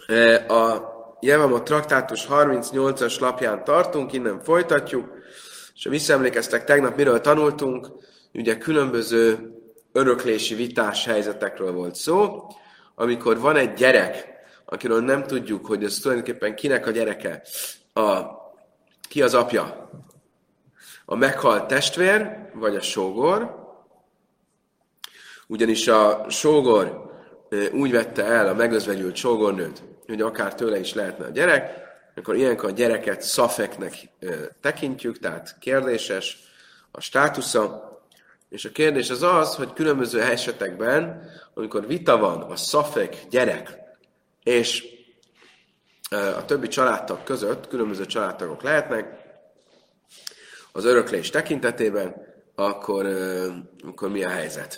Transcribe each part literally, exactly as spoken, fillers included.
A Jevamot traktátus harmincnyolcas lapján tartunk, innen folytatjuk, és ha visszaemlékeztek, tegnap miről tanultunk, ugye különböző öröklési vitás helyzetekről volt szó, amikor van egy gyerek, akiről nem tudjuk, hogy ez tulajdonképpen kinek a gyereke, a, ki az apja, a meghalt testvér, vagy a sógor, ugyanis a sógor úgy vette el a megözvegyült sógornőt, hogy akár tőle is lehetne a gyerek, akkor ilyenkor a gyereket szafeknek tekintjük, tehát kérdéses a státusza, és a kérdés az az, hogy különböző esetekben, amikor vita van a szafek gyerek és a többi családtag között, különböző családtagok lehetnek, az öröklés tekintetében, akkor, akkor mi a helyzet?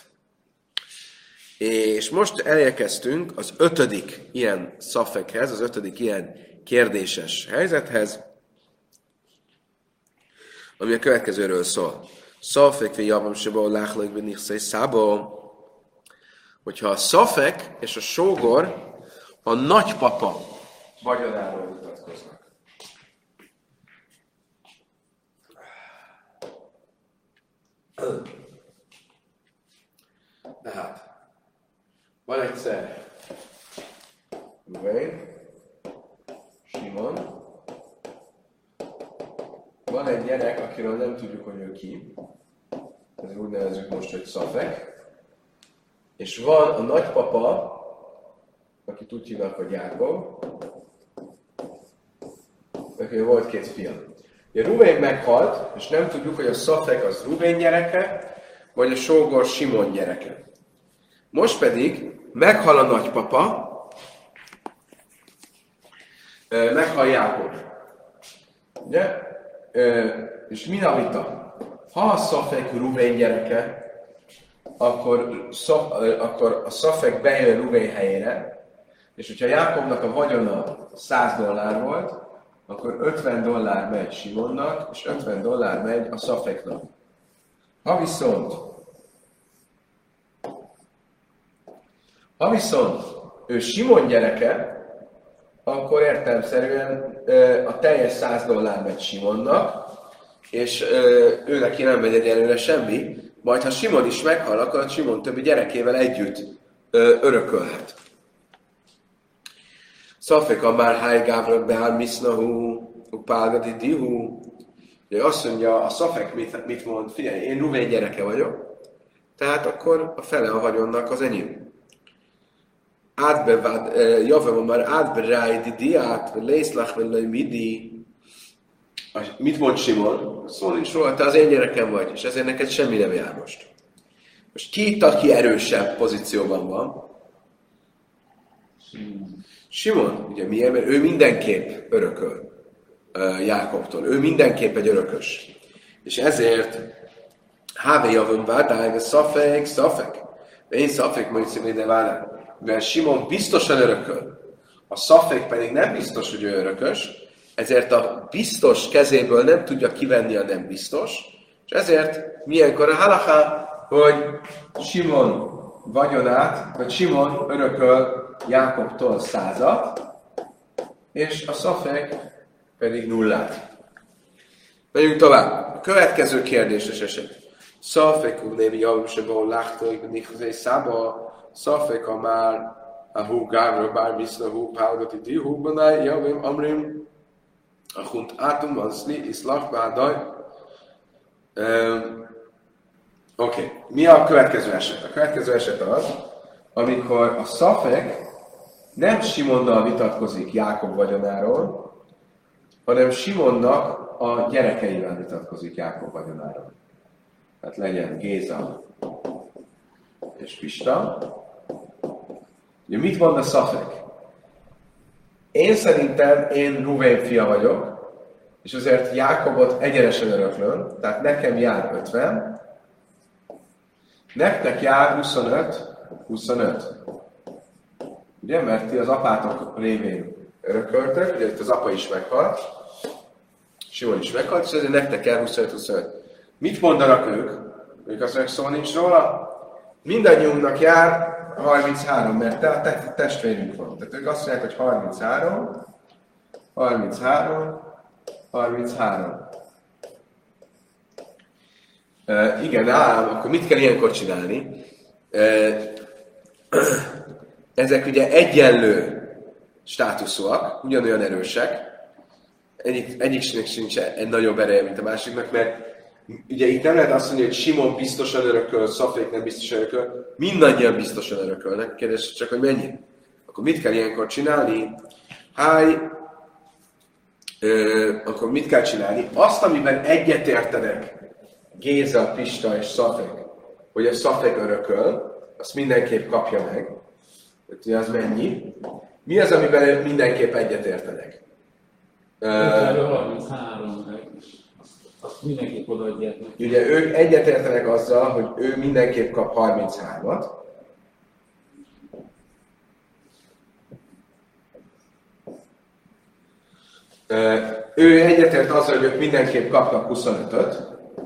És most elérkeztünk az ötödik ilyen szafekhez, az ötödik ilyen kérdéses helyzethez, ami a következőről szól. Szafek vi javam seba láchlak benichszai szába, hogyha a szafek és a sógor a nagypapa vagyonáról vitatkoznak. Tehát van egyszer Ruvain, Simon, van egy gyerek, akiről nem tudjuk, hogy ő ki, ez úgy nevezzük most, hogy szafek, és van a nagypapa, akit úgy hívnak, hogy Jákob, neki volt két fia. A Ruvain meghalt, és nem tudjuk, hogy a szafek az Ruvain gyereke, vagy a sógor Simon gyereke. Most pedig meghal a nagypapa, meghal Jákob. Ugye? És mi a vita? Ha a szafek Ruvain gyereke, akkor, szaf, akkor a szafek bejön Ruvain helyére, és hogyha Jákobnak a vagyona száz dollár volt, akkor ötven dollár megy Simonnak, és ötven dollár megy a szafeknak. Ha viszont Ha viszont ő Simon gyereke, akkor értelemszerűen a teljes száz dollár megy Simonnak, és ő neki nem megy egyelőre semmi, majd ha Simon is meghal, akkor a Simon többi gyerekével együtt örökölhet. Szafeka már hájgávrak behár misznahu, upálgadi dihu. Azt mondja, a szafek mit, mit mond? Figyelj, én Ruvain gyereke vagyok, tehát akkor a fele a vagyonnak az enyém. Átbevád, javam már átberájdi diát, vagy lészlach, vagy midi. Mit mond Simon? Szó nincs róla, te az én gyerekem vagy, és ezért neked semmi nem jár most. Most ki itt, aki erősebb pozícióban van? Simon, ugye miért? Mert ő mindenképp örököl uh, Jákobtól. Ő mindenképp egy örökös. És ezért Háve javon vádáj, szafek, szafek. Én szafek, majd színű, de várál. Mert Simon biztosan örököl, a szafek pedig nem biztos, hogy ő örökös, ezért a biztos kezéből nem tudja kivenni a nem biztos, és ezért milyenkor a halaká, hogy Simon vagyonát, vagy Simon örököl Jákobtól százat, és a szafek pedig nullát. Megyünk tovább. A következő kérdéses eset. Szafek névi javusabban láhtóik, nikhozé szába, Szafek a már a hú gávra bár viszna hú pálgati di hú banáj, javim amrim a hunt átum van szli iszlach bádaj. Oké, mi a következő eset? A következő eset az, amikor a szafek nem Simonnal vitatkozik Jákob vagyonáról, hanem Simonnak a gyerekeivel vitatkozik Jákob vagyonáról. Tehát legyen Géza és Pista. Ugye mit mond a szafek? Én szerintem én Ruvain fia vagyok, és azért Jákobot egyenesen öröklöm, tehát nekem jár ötven, nektek jár huszonöt, huszonöt. Ugye, mert ti az apátok révén örököltök, ugye itt az apa is meghalt, Simon is meghalt, és ezért nektek jár huszonöt, huszonöt. Mit mondanak ők? Ők azt mondják, szó nincs róla? Mindannyiunknak jár harminchárom, mert te a te testvérünk van. Tehát ők azt mondják, hogy harminchárom, harminchárom, harminchárom. Uh, igen, ám, akkor mit kell ilyenkor csinálni? Uh, ezek ugye egyenlő státuszúak, ugyanolyan erősek. Egyik, egyiknek sincs egy nagyobb ereje, mint a másiknak, mert ugye itt nem lehet azt mondani, hogy Simon biztosan örököl, Szafék nem biztosan örököl, mindannyian biztosan örökölnek. Kérdés csak, hogy mennyi. Akkor mit kell ilyenkor csinálni? Háj, ö, akkor mit kell csinálni? Azt, amiben egyetértenek Géza, Pista és Szafék, hogy a Szafék örököl, azt mindenképp kapja meg. Ugye az mennyi? Mi az, amiben mindenképp egyetértenek? harminchárom, azt mindenképp odaadják. Ugye ők egyetértenek azzal, hogy ő mindenképp kap harminchármat. Ő egyetért azzal, hogy ők mindenképp kapnak huszonötöt.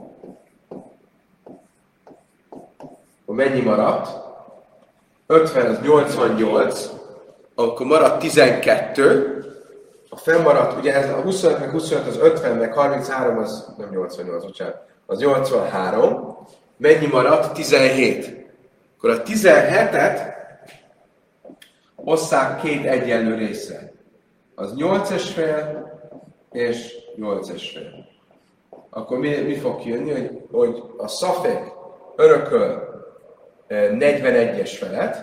Mennyi maradt? ötven az nyolcvannyolc, akkor maradt tizenkettő, a fennmaradt, ugye ez a huszonöt meg huszonöt az ötven meg harminchárom az nem nyolcvannyolc, bocsánat, az nyolcvanhárom, mennyi maradt? tizenhét. Akkor a tizenhetet osszák két egyenlő részre. Az nyolc és fél és nyolc és fél. Akkor mi, mi fog kijönni, hogy, hogy a Szafék örököl negyvenegyes felet,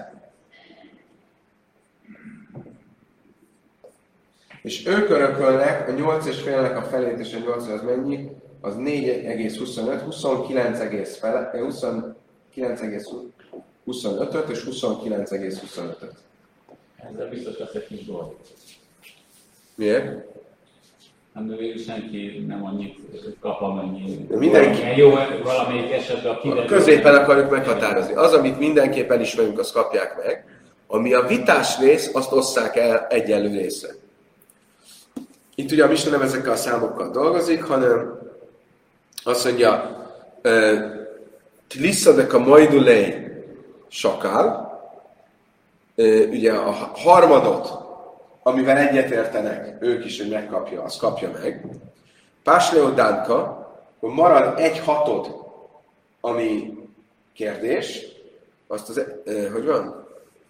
és ők örökölnek a nyolc és félnek a felét, és a nyolc az mennyi? Az négy egész huszonöt, huszonkilenc egész huszonkilenc huszonötöt és huszonkilenc egész huszonötöt. Ezzel biztos lesz egy kis dolog. Miért? Hát végül senki nem annyit kap, amennyi. Mindenki. Jó, valamelyik esetben a kiderül. Középen akarjuk meghatározni. Az, amit mindenképp elismerünk, azt kapják meg. Ami a vitás rész, azt osszák el egyenlő részre. Itt ugye a Misna nem ezekkel a számokkal dolgozik, hanem azt mondja, Tlisszadek a majdulej sakál, ugye a harmadot, amivel egyetértenek ők is, hogy megkapja, azt kapja meg. Pásleo Dánka, hogy marad egy hatod, ami kérdés, azt az, eh, hogy van?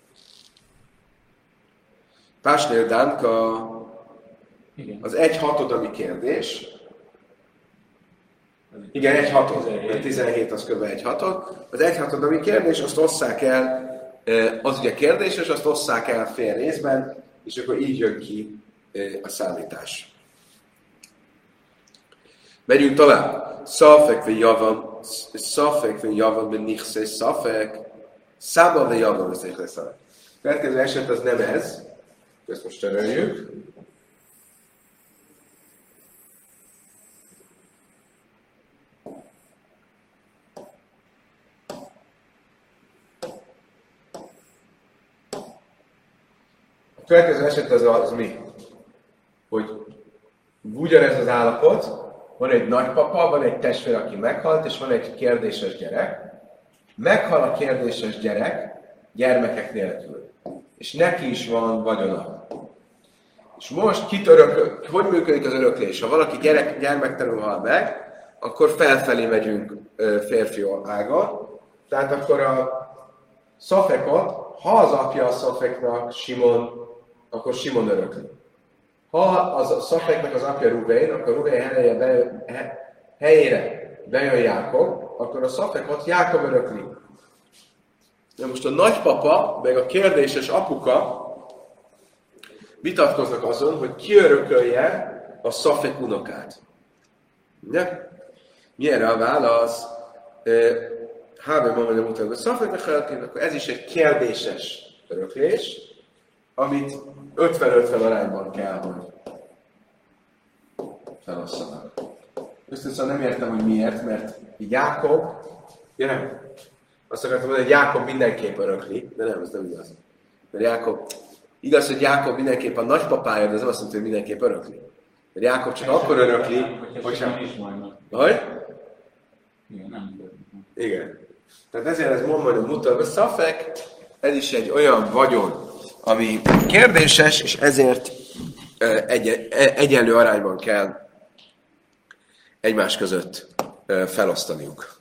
Pásleo Dánka, az egy hatod, ami kérdés. Igen, egy hatod, mert tizenhét az kb. Egy hatod. Az egy hatod, ami kérdés, azt osszák el, az ugye kérdés, és azt osszák el fél részben, és akkor így jön ki a számítás. Megyünk tovább. Szafek ve javam, szafek ve javam be nichse, szafek, szába ve javam be nichse, szafek. Következő eset az nem ez, ezt most töröljük. A következő eset az, az mi? Hogy ugyanez az állapot, van egy nagypapa, van egy testvér, aki meghalt, és van egy kérdéses gyerek. Meghal a kérdéses gyerek gyermekek nélkül. És neki is van vagyona. És most kit örököl, hogy működik az öröklés? Ha valaki gyerek, gyermektelenül hal meg, akkor felfelé megyünk férfi ágon. Tehát akkor a Szafekot, ha az apja a Szafeknak Simon, akkor Simon örökli. Ha az a Szafeknek az apja Ruvén, akkor Ruvén helyére, be, he, helyére bejön Jákob, akkor a Szafekot Jákob örökli. De most a nagypapa, meg a kérdéses apuka vitatkoznak azon, hogy ki örökölje a Szafek unokát. Ugye? Mi erre a válasz? Hábe ma mondja mutatni, hogy Szafeknek örökli, akkor ez is egy kérdéses öröklés, amit ötven-ötven arányban kell, hogy felosszanak. Összesen nem értem, hogy miért, mert Jákob, ja nem, azt akartam mondani, hogy Jákob mindenképp örökli, de nem, ez nem igaz. Mert Jákob, igaz, hogy Jákob mindenképp a nagypapája, de ez nem azt mondja, hogy mindenképp örökli. Mert Jákob csak akkor örökli, hogyha... Hogy? Igen, nem. Igen. Tehát ezért ez mond majd a mutatva Szafek, ez is egy olyan vagyon, ami kérdéses, és ezért egy, egyenlő arányban kell egymás között felosztaniuk.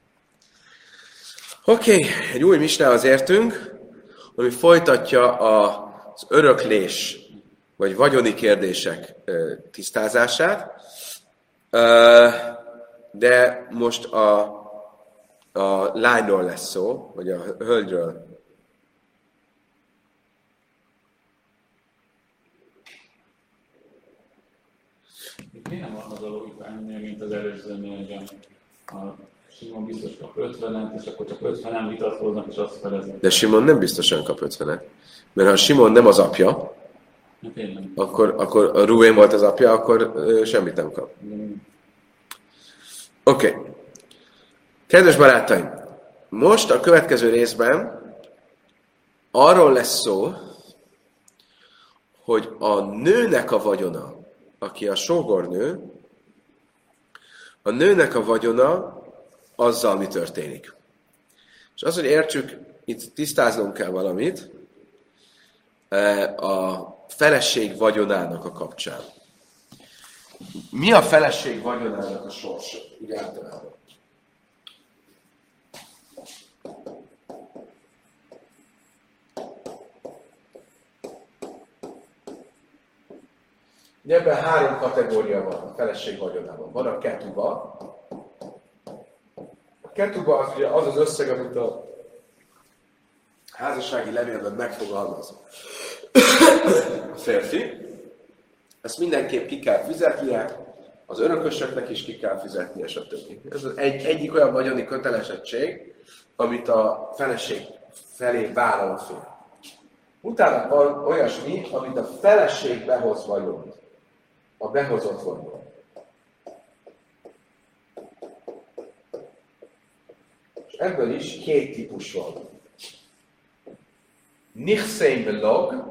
Oké, okay, egy új misnához értünk, ami folytatja az öröklés vagy vagyoni kérdések tisztázását, de most a, a lányról lesz szó, vagy a hölgyről. Mi nem van az a logika ennél, mint az előzőnél, hogy a Simon biztos kap ötvenet, és akkor csak ötvenen vitatkoznak, és azt felezik. De Simon nem biztosan kap ötvenet. Mert ha Simon nem az apja, akkor, akkor a Ruvén volt az apja, akkor ö, semmit nem kap. Oké. Okay. Kedves barátaim, most a következő részben arról lesz szó, hogy a nőnek a vagyona, aki a sógornő, a nőnek a vagyona azzal mi történik. És az, hogy értsük, itt tisztáznunk kell valamit a feleség vagyonának a kapcsán. Mi a feleség vagyonának a sorsa? Úgy általában. Ebben három kategória van a feleség vagyonában. Van a ketuba. A ketuba az ugye az az összeg, amit a házassági levélben megfogalmaz a férfi. Ezt mindenképp ki kell fizetnie, az örökösöknek is ki kell fizetnie, stb. Ez az egy, egyik olyan vagyoni kötelezettség, amit a feleség felé vállal a férfi. Utána van olyasmi, amit a feleség behoz vagyont. A behozott vagyon. És ebből is két típus van. Nichszei melog,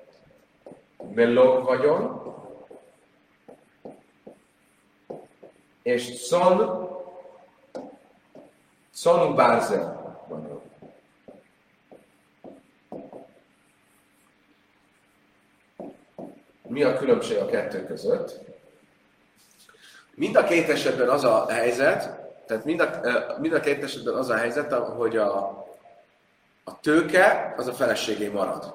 melog vagyon, és szon, szonu bárzel vagyon. Mi a különbség a kettő között? Mind a két esetben az a helyzet, tehát mind a, mind a két esetben az a helyzet, hogy a, a tőke az a feleségé marad.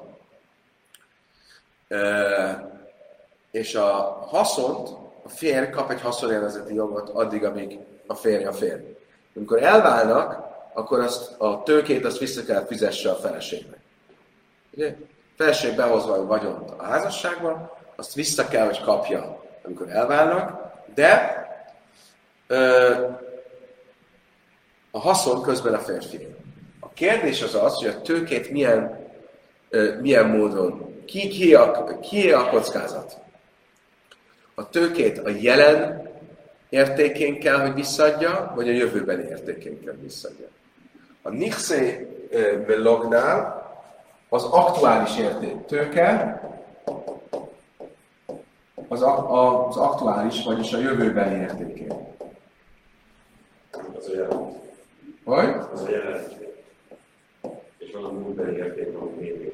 E, és a haszont, a férj kap egy haszonélvezeti jogot addig, amíg a férj a férj. Amikor elválnak, akkor azt, a tőkét azt vissza kell fizesse a feleségnek. Ugye? A feleség behozva a vagyont a házasságban, azt vissza kell, hogy kapja, amikor elválnak, de ö, a haszon közben a férfi. A kérdés az az, hogy a tőkét milyen, ö, milyen módon, ki, ki, a, ki a kockázat. A tőkét a jelen értékén kell, hogy visszaadja, vagy a jövőbeni értékén kell visszaadja. A Nichszei melognál az aktuális érték tőke, az, a, az aktuális, vagyis a jövőbeni értékén. Az a jelent. Vagy? Az a jelent. És van a múltbeli érték, ami még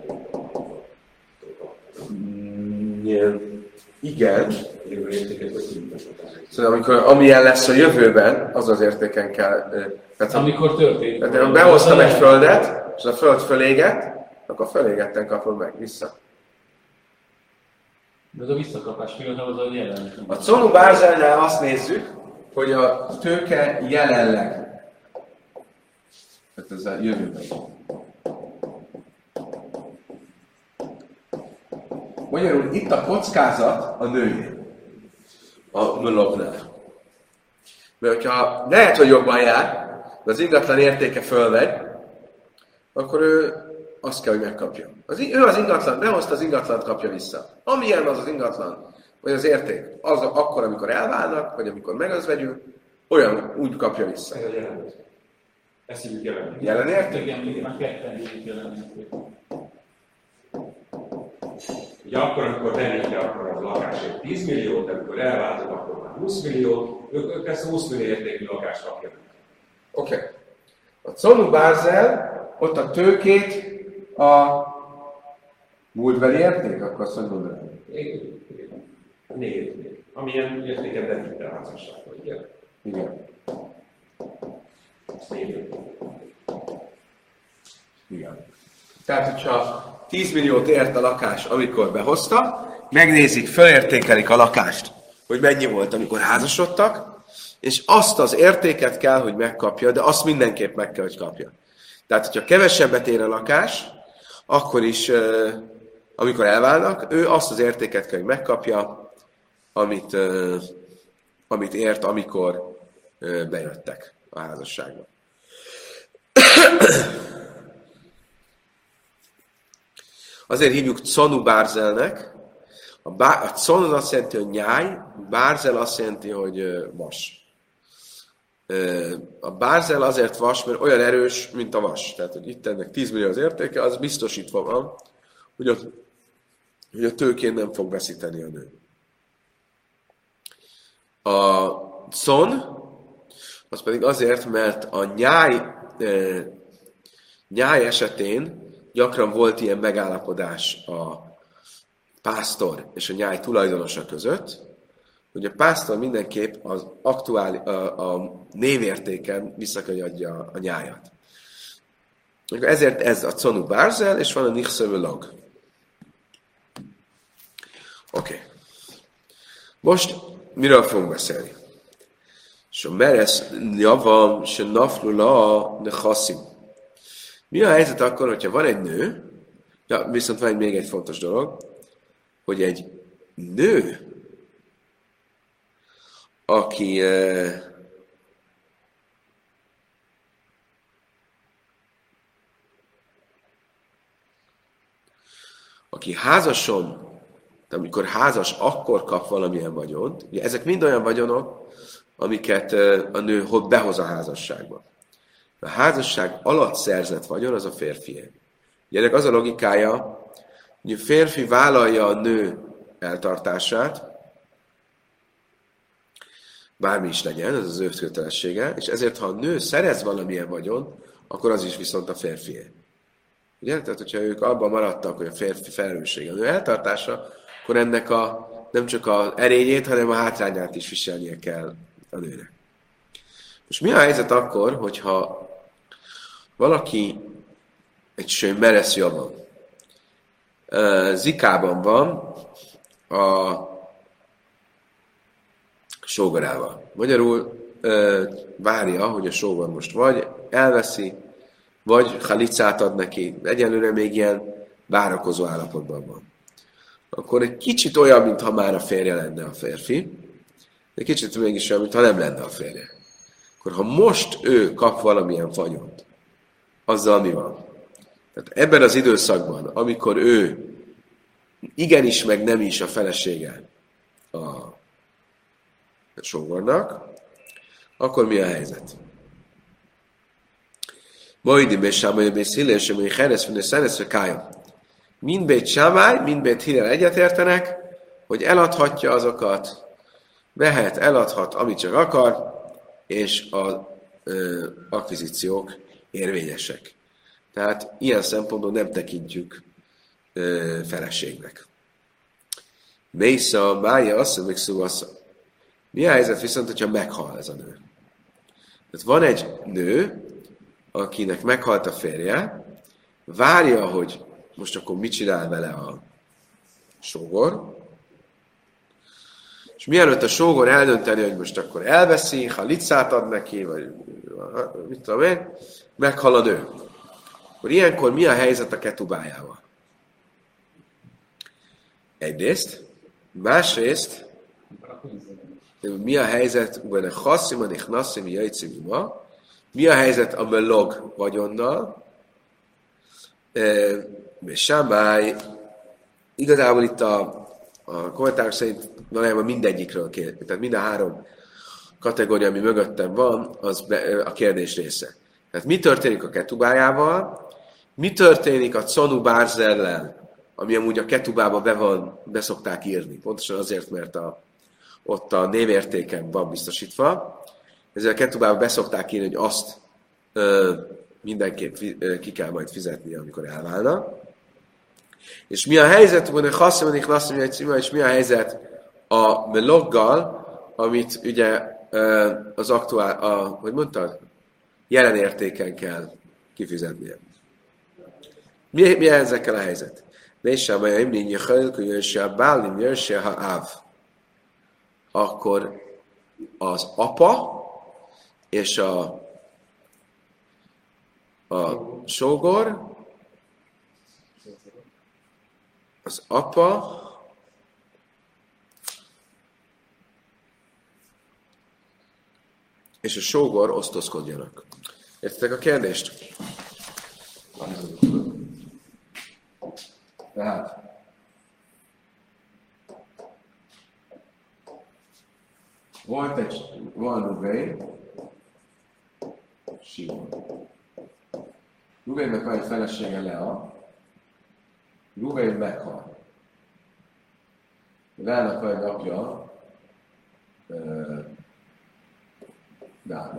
érték. Igen. Jövő értéket, vagy szintén. Szóval amikor, amilyen lesz a jövőben, az az értéken kell... Tehát, amikor történik. Tehát ha behoztam egy földet, és a föld fölégett, akkor fölégetten kapod meg vissza. De az a visszakapás pillanat az a jelen. A Czonu Bárzelnál azt nézzük, hogy a tőke jelenleg. Tehát ez a jövőben. Magyarul itt a kockázat a nőjé. A möloknál. Mert hogyha lehet, hogy jobban jár, de az ingatlan értéke fölmegy, akkor ő azt kell, hogy megkapja. Az, ő az ingatlan, behozta az ingatlant, kapja vissza. Amilyen az az ingatlan, vagy az érték, az akkor, amikor elválnak, vagy amikor megözvegyül, olyan úgy kapja vissza. Ez a jelent. Ezt hívjuk jelen. Jelen érték? Igen, még már ketten hívjuk jelen érték. Ugye akkor, amikor venni kell, akkor a lakásért tíz milliót, amikor elváltok, akkor már húsz milliót, ők, ők ezt a húsz millió értékű lakást kapják. Oké. Okay. A Czonu Bárzel ott a tőkét a múltbeli érték, akkor azt mondod. Négy. Amilyen értéket bevitt a házasságba, igen. Igen. Négy. Igen. Tehát, hogyha tíz milliót ért a lakás, amikor behozta, megnézik, felértékelik a lakást, hogy mennyi volt, amikor házasodtak, és azt az értéket kell, hogy megkapja, de azt mindenképp meg kell, hogy kapja. Tehát, hogyha kevesebbet ér a lakás, akkor is, amikor elválnak, ő azt az értéket kell, hogy megkapja, amit, amit ért, amikor bejöttek a házasságba. Azért hívjuk Conu Bárzelnek. A, bá- a Con azt jelenti, hogy nyáj, Bárzel azt jelenti, hogy vas. A Bárzel azért vas, mert olyan erős, mint a vas. Tehát, hogy itt ennek tíz millió az értéke, az biztosítva van, hogy a, hogy a tőkén nem fog veszíteni a nő. A Con, az pedig azért, mert a nyáj, nyáj esetén gyakran volt ilyen megállapodás a pásztor és a nyáj tulajdonosa között, hogy a pásztor mindenképp az aktuál, a, a névértéken vissza kell, hogy adja a nyájat. Ezért ez a Conu Bárzel, és van a Nichszövő Log. Oké. Okay. Most miről fogunk beszélni? És a Meres javam, se naflula, ne chaszim. Mi a helyzet akkor, hogyha van egy nő, ja, viszont van egy, még egy fontos dolog, hogy egy nő, aki eh, aki házason, de amikor házas, akkor kap valamilyen vagyont. Ugye ezek mind olyan vagyonok, amiket eh, a nő behoz a házasságba. A házasság alatt szerzett vagyon az a férfié. Ugye ennek az a logikája, hogy a férfi vállalja a nő eltartását, bármi is legyen, ez az ő kötelessége, és ezért, ha a nő szerez valamilyen vagyon, akkor az is viszont a férfié. Ugye? Tehát, hogyha ők abban maradtak, hogy a férfi felelőssége a nő eltartása, akkor ennek a, nem csak az erényét, hanem a hátrányát is viselnie kell a nőnek. Most mi a helyzet akkor, hogyha valaki egy sőn meresz jobban, Zikában van a sógorával. Magyarul várja, hogy a sógor most vagy elveszi, vagy halicát ad neki. Egyelőre még ilyen várakozó állapotban van. Akkor egy kicsit olyan, mintha már a férje lenne a férfi, de kicsit mégis olyan, mintha nem lenne a férje. Akkor ha most ő kap valamilyen vagyont, azzal mi van? Tehát ebben az időszakban, amikor ő igenis, meg nem is a felesége a sógornak, akkor mi a helyzet? Majdi Bésámai Bészhillel, és amely Heresz, mint a Szeneszre Kája. Mindbét Sámály, mindbét Hillel egyetértenek, hogy eladhatja azokat, vehet, eladhat, amit csak akar, és az akvizíciók érvényesek. Tehát ilyen szempontból nem tekintjük ö, feleségnek. Mésza, mája, assza, még szó, assza. Mi a helyzet viszont, hogyha meghal ez a nő? Tehát van egy nő, akinek meghalt a férje, várja, hogy most akkor mit csinál vele a sógor, és mielőtt a sógor eldönteni, hogy most akkor elveszi, ha licát ad neki, vagy mit tudom én, meghal a nő. Akkor ilyenkor mi a helyzet a ketubájával? Egyrészt, másrészt, mi a helyzet, when a chaszim, a nichnasszim, jajcimima, mi a helyzet a melog vagyonnal, és Sámály, igazából itt a, a kommentárok szerint valójában mindegyikről kér, tehát mind a három kategória, ami mögöttem van, az be, a kérdés része. Tehát mi történik a ketubájával, mi történik a Conu Bárzellel, ami amúgy a ketubába be van, beszokták írni, pontosan azért, mert a, ott a névértéken van biztosítva, ezért a ketubába beszokták írni, hogy azt ö, mindenképp ki kell majd fizetni, amikor elválna. És mi a helyzet, hogy hasznodik lasszony egy címa, és mi a helyzet a meloggal, amit ugye az aktuál, a, hogy mondtad? Jelen értéken kell kifizetnie. Mi, mi ezekkel a helyzet? Vésem, hogy imni nyilkölkő jöjjse a bálim, jöjjse ha áv. Akkor az apa és a, a sógor, az apa és a sógor osztozkodjanak. Értitek a kérdést? Tehát volt egy, van Rubén, Simon. Rubénnek van egy felesége, Lea. Rubén meghal. Leának van egy apja, Dávid.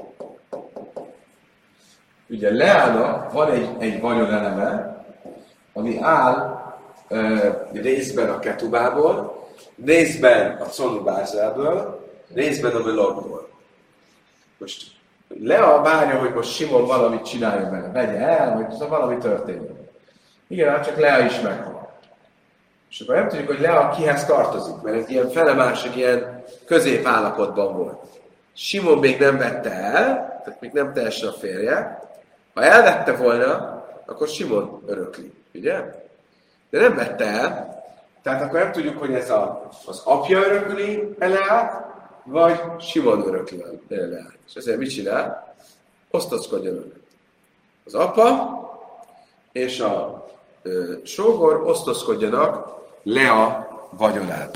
Ugye Leának van egy, egy vagyoneleme, ami áll uh, részben a ketubából, részben a conubárzelből, részben a melogból. Most Lea várja, hogy most Simon valamit csináljon vele, vegye el, vagy szóval valami történjen. Igen, hát csak Lea is meghal. És akkor nem tudjuk, hogy Lea kihez tartozik, mert egy ilyen felemás, egy ilyen középállapotban volt. Simon még nem vette el, tehát még nem teljesen a férje. Ha elvette volna, akkor Simon örökli, ugye? De nem vette el, tehát akkor nem tudjuk, hogy ez a, az apja örökli Leát, vagy Simon örökli Leát. És ezért mit csinál? Osztozkodjanak. Az apa és a ö, sógor osztozkodjanak Lea vagyonát.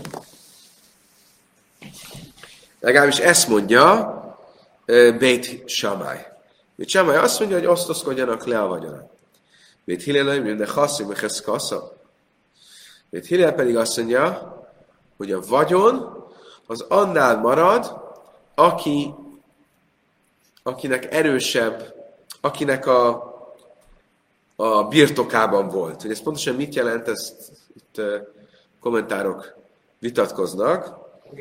Legalábbis ezt mondja uh, Beit Shammai. Beit Shammai azt mondja, hogy osztozkodjanak Lea vagyonát. Beit Hillel, de Chassim, és Kassa. Beit Hillel pedig azt mondja, hogy a vagyon az annál marad, aki, akinek erősebb, akinek a, a birtokában volt. Hogy ez pontosan mit jelent, ezt itt uh, kommentárok vitatkoznak.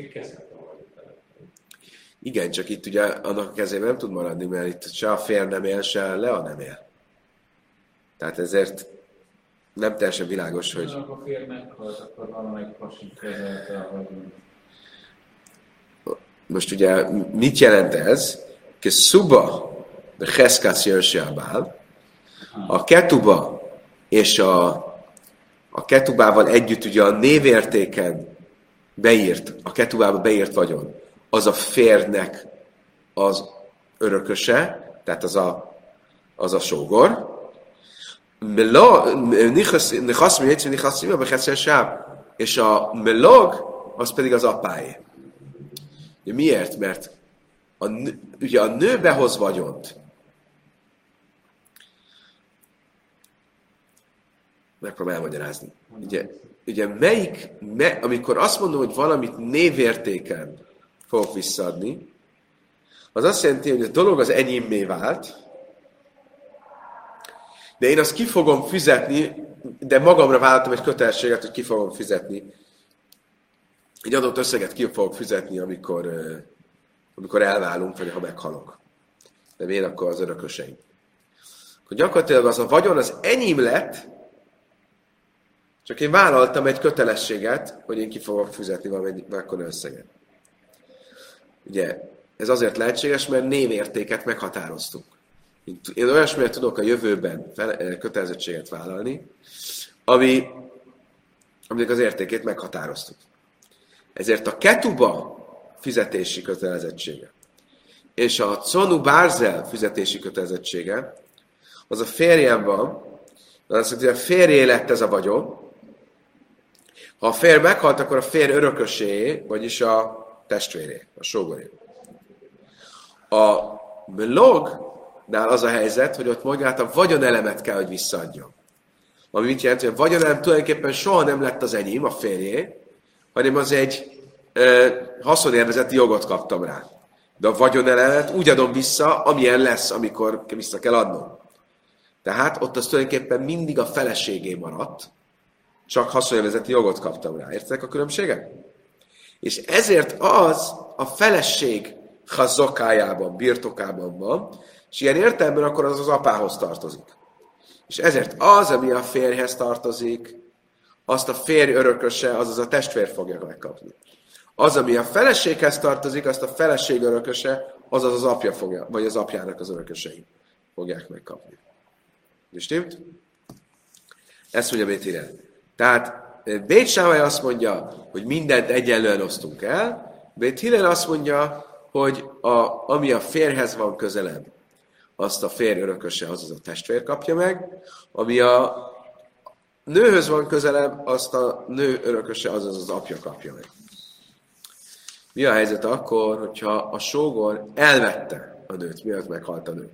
Igen, csak itt ugye annak a kezében nem tud maradni, mert itt se a fér nem él, se Lea nem él. Tehát ezért nem teljesen világos, hogy... Ha a fér meghalt, akkor valamelyik pasik kezelte a vagyon. Most ugye mit jelent ez? Ke szuba, de cheszkász jörsjábál. A ketuba és a, a ketubával együtt ugye a névértéken beírt, a ketubába beírt vagyon, az a férnek az örököse, tehát az a, az a sógor. És a melog, az pedig az apáé. Miért? Mert a nő, ugye a nő behoz vagyont. Megpróbálom elmagyarázni. Ugye, ugye melyik, me, amikor azt mondom, hogy valamit névértéken fogok visszaadni, az azt jelenti, hogy a dolog az enyémmé vált, de én azt ki fogom fizetni, de magamra vállaltam egy kötelességet, hogy ki fogom fizetni. Egy adott összeget ki fogok fizetni, amikor, amikor elválunk, vagy ha meghalok. De én akkor az örököseim. Akkor gyakorlatilag az a vagyon az enyém lett, csak én vállaltam egy kötelességet, hogy én ki fogok fizetni valamelyik mekkora összeget. Ugye, ez azért lehetséges, mert névértéket meghatároztunk. Én olyasmire tudok a jövőben fel, kötelezettséget vállalni, ami, aminek az értékét meghatároztuk. Ezért a ketuba fizetési kötelezettsége és a conu bárzel fizetési kötelezettsége, az a férjem van, de azt mondja, hogy a férjé lett ez a vagyon. Ha a férj meghalt, akkor a férj örökösé, vagyis a testvéré, a sógoré. A melognál az a helyzet, hogy ott magát a vagyonelemet kell, hogy visszaadjon. Ami mit jelent, hogy a vagyonelem tulajdonképpen soha nem lett az enyém, a férjé, hanem az egy e, haszonélvezeti jogot kaptam rá. De a vagyonelemet úgy adom vissza, amilyen lesz, amikor vissza kell adnom. Tehát ott az tulajdonképpen mindig a feleségé maradt, csak haszonélvezeti jogot kaptam rá. Értek a különbséget? És ezért az a feleség hazokájában, birtokában van, és ilyen értelemben akkor az az apához tartozik. És ezért az, ami a férjhez tartozik, azt a férj örököse, azaz a testvér fogja megkapni. Az, ami a feleséghez tartozik, azt a feleség örököse, azaz az apja fogja, vagy az apjának az örökösei fogják megkapni. És stimmt? Ezt mondja Bét Hillel. Tehát Bét Sámai azt mondja, hogy mindent egyenlően osztunk el, Bét Hillel azt mondja, hogy a, ami a férjhez van közelebb, azt a férj örököse, azaz a testvér kapja meg, ami a nőhöz van közelebb, azt a nő örököse, azaz az apja kapja meg. Mi a helyzet akkor, hogyha a sógor elvette a nőt, miatt meghalt a nő?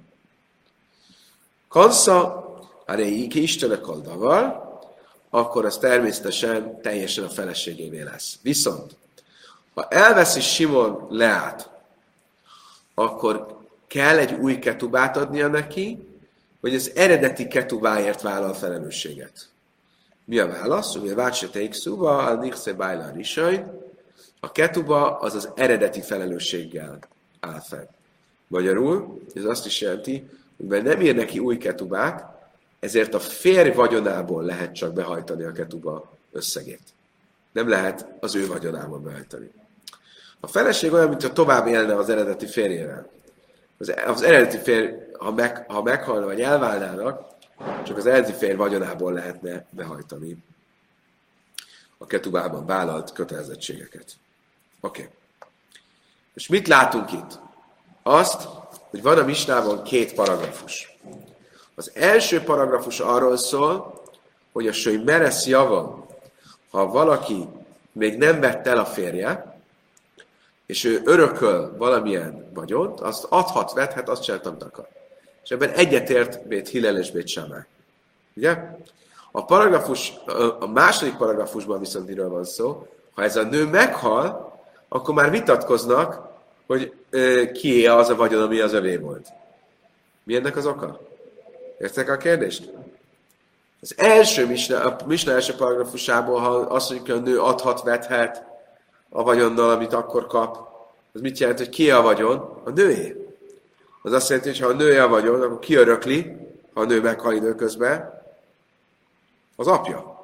Kansza, hát ki istenek oldaval, akkor az természetesen teljesen a feleségévé lesz. Viszont, ha elveszi Simon Leát, akkor kell egy új ketubát adnia neki, vagy az eredeti ketubáért vállal felelősséget. Mi a válasz? Ugye Vácse Teixuba, a Nixé Bájlán Risajn, a ketuba az az eredeti felelősséggel áll fenn. Magyarul, ez azt is jelenti, hogy mert nem ír neki új ketubát, ezért a férj vagyonából lehet csak behajtani a ketuba összegét. Nem lehet az ő vagyonából behajtani. A feleség olyan, mintha tovább élne az eredeti férjével. Az, az eredeti férj, ha, meg, ha meghalna vagy elválnának, csak az eredeti férj vagyonából lehetne behajtani a ketubában vállalt kötelezettségeket. Oké. Okay. És mit látunk itt? Azt, hogy van a misnában két paragrafus. Az első paragrafus arról szól, hogy a söj meresz java, ha valaki még nem vett el a férje, és ő örököl valamilyen vagyont, azt adhat, vethet, azt csinált, amit akar. És ebben egyetért Bét Hillel és Bét Sámai. Ugye? A paragrafus, a második paragrafusban viszont miről van szó, ha ez a nő meghal, akkor már vitatkoznak, hogy e, kié az a vagyon, ami az övé volt. Mi ennek az oka? Értek a kérdést? Az első misna, a misna első paragrafusából, ha azt mondjuk, hogy a nő adhat, vethet a vagyonnal, amit akkor kap, az mit jelent, hogy kié a vagyon? A nőé. Az azt jelenti, hogy ha a nője a vagyon, akkor ki örökli, ha a nő meghal időközben? Az apja.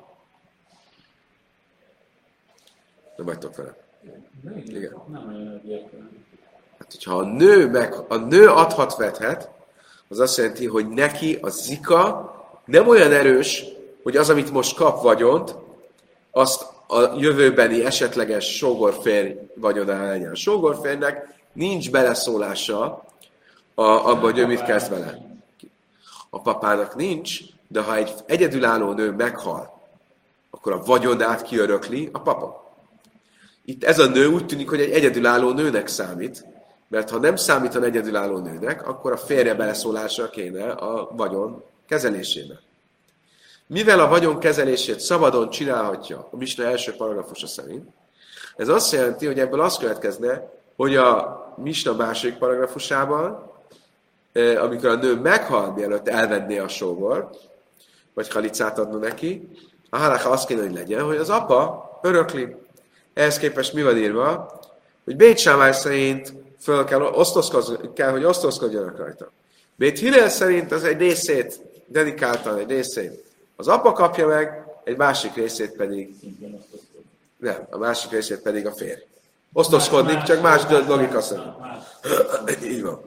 Nem vagytok vele. Igen. Hát, hogyha a nő, meg, a nő adhat, vethet, az azt jelenti, hogy neki a zika nem olyan erős, hogy az, amit most kap vagyont, azt a jövőbeni esetleges sógorférj vagyonál legyen. A sógorférjnek nincs beleszólása a, abban, hogy ő mit kezd vele. A papának nincs, de ha egy egyedülálló nő meghal, akkor a vagyonát kiörökli a papa. Itt ez a nő úgy tűnik, hogy egy egyedülálló nőnek számít, mert ha nem számítan egyedülálló nőnek, akkor a férje beleszólása kéne a vagyon kezelésébe. Mivel a vagyon kezelését szabadon csinálhatja a misna első paragrafusa szerint, ez azt jelenti, hogy ebből az következne, hogy a misna második paragrafusában, amikor a nő meghal, mielőtt elvenné a sógort, vagy halicát adna neki, a haláka azt kéne, hogy legyen, hogy az apa örökli. Ehhez képest mi van írva, hogy Bét Sámai szerint föl kell, kell, hogy osztozkodjanak rajta. Bét Hillel szerint az egy részét, dedikáltan egy részét az apa kapja meg, egy másik részét pedig, nem, a másik részét pedig a férj. Osztozkodnik, csak más logika szerint. Így van.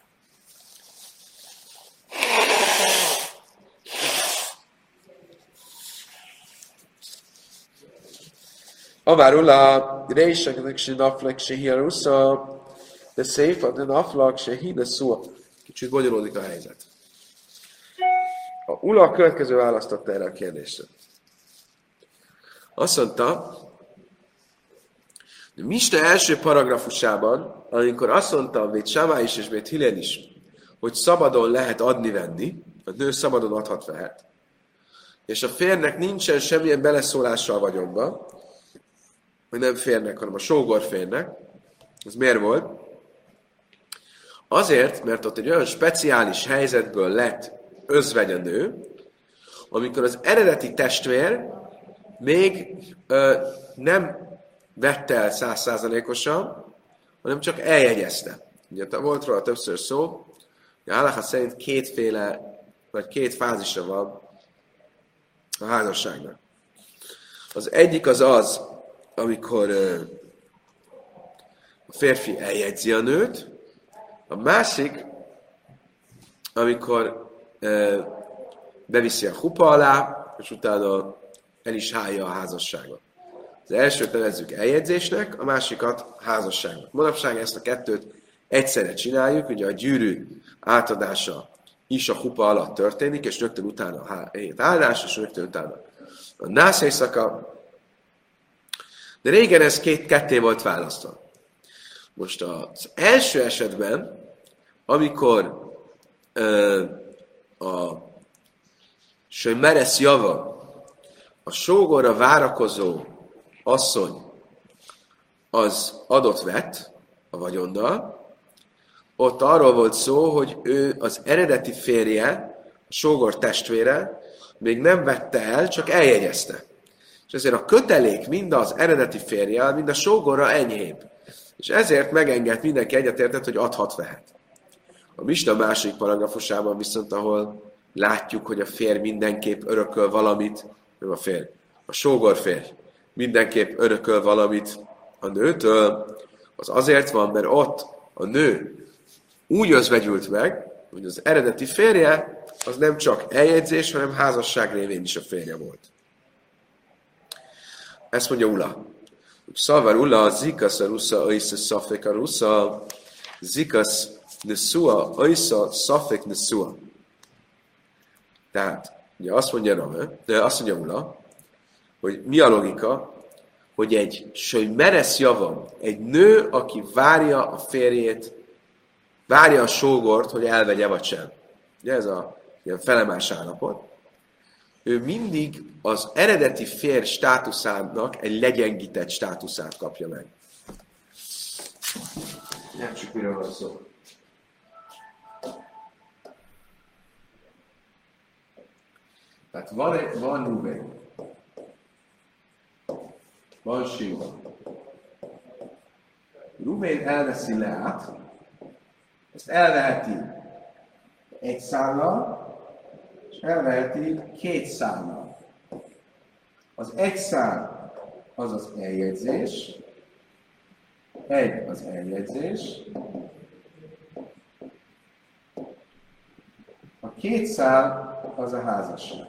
Amárula, réseknek se naflak se hiarusza, de széfa, de naflak se híne szó. Kicsit bonyolódik a helyzet. A Ula a következő választotta erre a kérdésre. Azt mondta, hogy Misna első paragrafusában, amikor azt mondta a Bét Sámai is és Bét Hillel is, hogy szabadon lehet adni-venni, a nő szabadon adhat-vehet, és a férnek nincsen semmilyen beleszólása a vagyonba, hogy nem férnek, hanem a sógor férnek. Ez miért volt? Azért, mert ott egy olyan speciális helyzetből lett özvegyenő, amikor az eredeti testvér még ö, nem vette el százszázalékosan, hanem csak eljegyezte. Ugye volt róla többször szó, hogy a halacha szerint kétféle, vagy két fázisa van a házasságnak. Az egyik az az, amikor ö, a férfi eljegyzi a nőt, a másik, amikor ö, beviszi a hupa alá, és utána el is hálja a házasságot. Az elsőt nevezzük eljegyzésnek, a másikat házasságnak. Manapság ezt a kettőt egyszerre csináljuk, ugye a gyűrű átadása is a hupa alatt történik, és rögtön utána a áldás, és rögtön utána a nász éjszaka. De régen ez két ketté volt választva. Most az első esetben, amikor ö, a Söjmeresz java, a sógorra várakozó asszony az adott vett a vagyonnal, ott arról volt szó, hogy ő az eredeti férje, a sógor testvére még nem vette el, csak eljegyezte. És ezért a kötelék mind az eredeti férjel, mind a sógorra enyhébb. És ezért megenged mindenki egyetértett, hogy adhat vehet. A Misna másik paragrafusában viszont, ahol látjuk, hogy a férj mindenképp örököl valamit, nem a férj, a sógor férj mindenképp örököl valamit a nőtől, az azért van, mert ott a nő úgy özvegyült meg, hogy az eredeti férje az nem csak eljegyzés, hanem házasság révén is a férje volt. Ezt mondja Ula. Szavar Ula, zikasz a rusza, oisza szafek a rusza, zikasz neszua, oisza szafek neszua. Tehát, ugye azt mondja Rame, de azt mondja Ula, hogy mi a logika, hogy egy söjmeresz javam, egy nő, aki várja a férjét, várja a sógort, hogy elvegye vagy sem. Ugye ez a ilyen felemás állapot. Ő mindig az eredeti férj státuszának egy legyengített státuszát kapja meg. Nem csak miről van szó. Tehát van, egy, van Ruvén, van Simon. Ruvén elveszi Leát, ezt elveheti egy szállal, és elveheti két szállal. Az egy szál az az eljegyzés, egy az eljegyzés, a két szál az a házasság.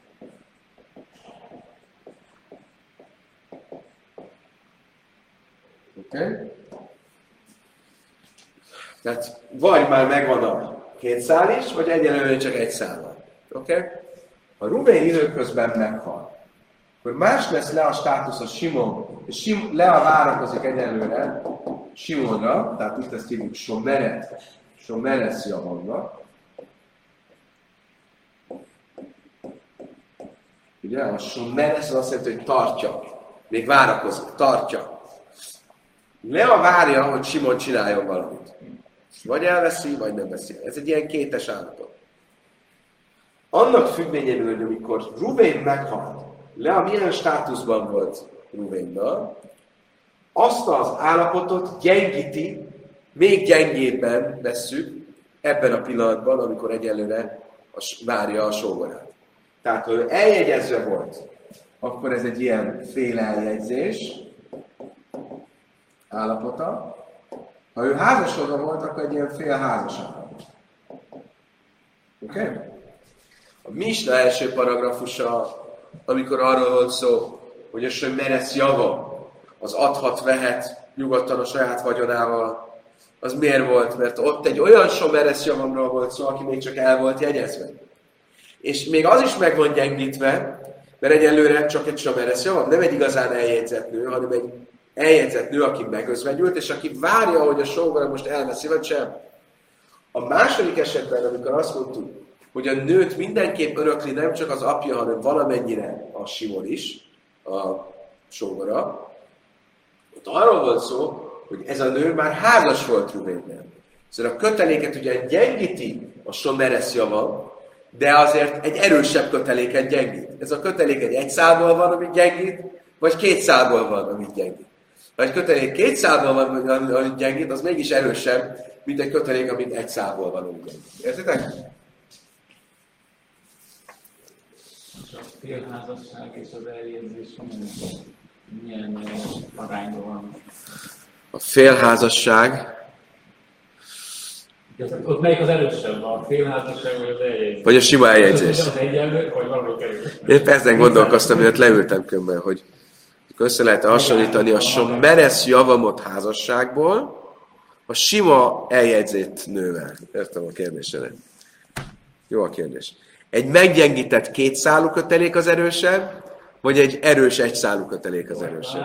Oké? Okay? Tehát vagy már megvan a két szál is, vagy egyelőre csak egy szállal. Oké? Okay? Ha Ruvén időközben meghal, akkor más lesz le a státusz a Simon, és Sim, Lea várakozik egyelőre Simonra, tehát itt ezt hívjuk Someret, Someresz javonnak. Ugye, a Someresz az azt jelenti, hogy tartja, még várakozik, tartja. Lea várja, hogy Simon csináljon valamit. Vagy elveszi, vagy nem veszi. Ez egy ilyen kétes állapot. Annak függvényéből, hogy amikor Ruvén meghalt, Lea milyen státuszban volt Ruvénnal, azt az állapotot gyengíti, még gyengébben vesszük ebben a pillanatban, amikor egyelőre várja a sógorát. Tehát, ha ő eljegyezve volt, akkor ez egy ilyen fél eljegyzés állapota. Ha ő házasodva volt, akkor egy ilyen fél házas állapot. Oké? Okay? A Misna első paragrafusa, amikor arról volt szó, hogy a Söjmeresz java, az adhat, vehet nyugodtan a saját vagyonával, az miért volt? Mert ott egy olyan Söjmeresz javamról volt szó, aki még csak el volt jegyezve. És még az is meg van gyengítve, mert egyelőre csak egy Söjmeresz javam, nem egy igazán eljegyzett nő, hanem egy eljegyzett nő, aki megözvegyült, és aki várja, hogy a sógora most elveszi, vagy sem. A második esetben, amikor azt mondtuk, hogy a nőt mindenképp örökli nem csak az apja, hanem valamennyire a Simon is, a sógora, ott arról volt szó, hogy ez a nő már házas volt Ruvénnel. Szóval a köteléket ugye gyengíti a someresz java, de azért egy erősebb köteléket gyengít. Ez a kötelék egy egy szálból van, amit gyengít, vagy két szálból van, amit gyengít. Ha egy kötelék két szálból van, amit gyengít, az mégis erősebb, mint egy kötelék, amit egy szálból van, amit gyengít. Értitek? A félházasság és az eljegyzés milyen arányban van? A félházasság... Ott melyik az erősebb? A félházasság vagy az eljegyzés? Vagy a sima eljegyzés. Az egyenlő, vagy valami kerül? Én ezen gondolkoztam, miatt leültem kömmel, hogy össze lehet hasonlítani a someresz javamot házasságból a sima eljegyzett nővel. Értem a kérdésedet. Jó a kérdés. Egy meggyengített kétszálú kötelék az erősebb, vagy egy erős egyszálú kötelék az erősebb?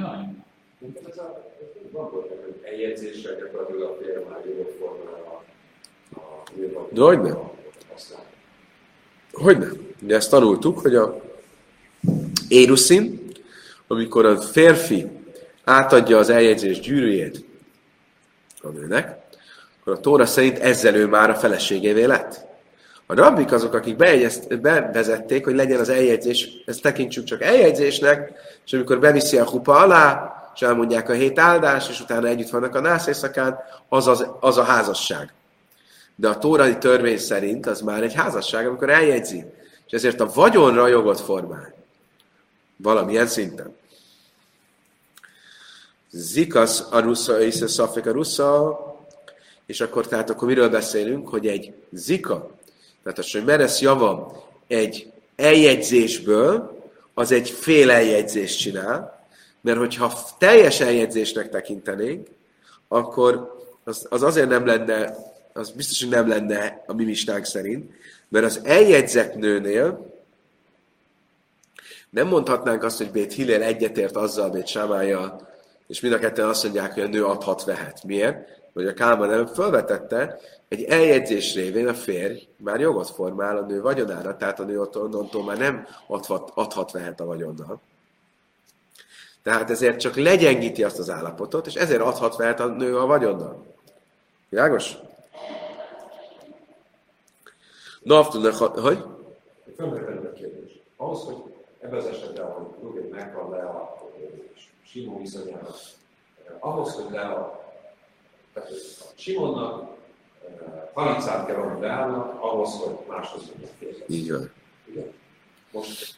Eljegyzéssel gyakorlatilag a fél már jogot formál a... De hogyne? Hogyne? Ugye ezt tanultuk, hogy a éruszin, amikor a férfi átadja az eljegyzés gyűrűjét a nőnek, akkor a Tóra szerint ezzel ő már a feleségévé lett. A rabbik azok, akik bevezették, hogy legyen az eljegyzés, ezt tekintsük csak eljegyzésnek, és amikor beviszi a hupa alá, és elmondják a hét áldás, és utána együtt vannak a nász éjszakán, az, az, az a házasság. De a tórai törvény szerint az már egy házasság, amikor eljegyzi. És ezért a vagyonra jogot formál. Valamilyen szinten. Zikasz arusza, észre szafik arusza, és akkor tehát akkor miről beszélünk, hogy egy zika, tehát az, hogy meresz java egy eljegyzésből, az egy fél eljegyzést csinál, mert hogyha teljes eljegyzésnek tekintenénk, akkor az, az azért nem lenne, az biztos, hogy nem lenne a mi mistánk szerint, mert az eljegyzett nőnél nem mondhatnánk azt, hogy Bét Hillel egyetért azzal, Bét Sámályjal, és mind a ketten azt mondják, hogy a nő adhat, vehet. Miért? Vagy a Kálmán nem felvetette, egy eljegyzés révén a férj már jogot formál a nő vagyonára, tehát a nő onnantól már nem adhat, adhat vehet a vagyonnal. Tehát ezért csak legyengíti azt az állapotot, és ezért adhat vehet a nő a vagyonnal. Világos? Naftudnak, hogy? Fölmerül a kérdés. Ahhoz, hogy ebben az esetben, hogy Rubén meghal le a Simon viszonyára, ahhoz, hogy le a, tehát a Simonnak haricát kell adni leállnak, ahhoz, hogy máshoz mondja férjet. Így van. Igen? Most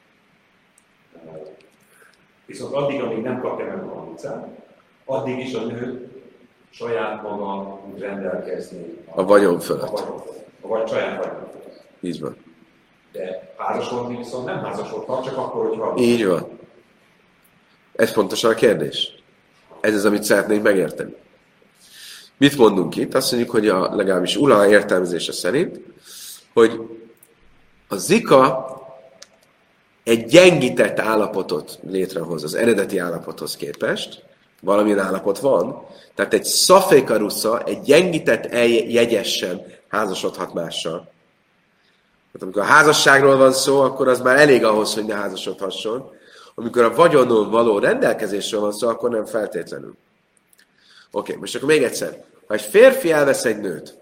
viszont addig, amíg nem kapja meg a haricát, addig is a nő saját maga rendelkezni a, a vagyon fölött. A vagyon fölött. Vagy saját vagyon fölött. Így van. De házasodni viszont nem házasodhat, csak akkor, hogy hallgat. Így van. Ez pontosan a kérdés. Ez az, amit szeretnénk megérteni. Mit mondunk itt? Azt mondjuk, hogy a legalábbis Ula értelmezése szerint, hogy a zika egy gyengített állapotot létrehoz az eredeti állapothoz képest, valamilyen állapot van, tehát egy szafékarusza, egy gyengített jegyessel házasodhat mással. Tehát amikor a házasságról van szó, akkor az már elég ahhoz, hogy ne házasodhasson. Amikor a vagyonon való rendelkezésről van szó, akkor nem feltétlenül. Oké, okay, most akkor még egyszer. Ha egy férfi elvesz egy nőt,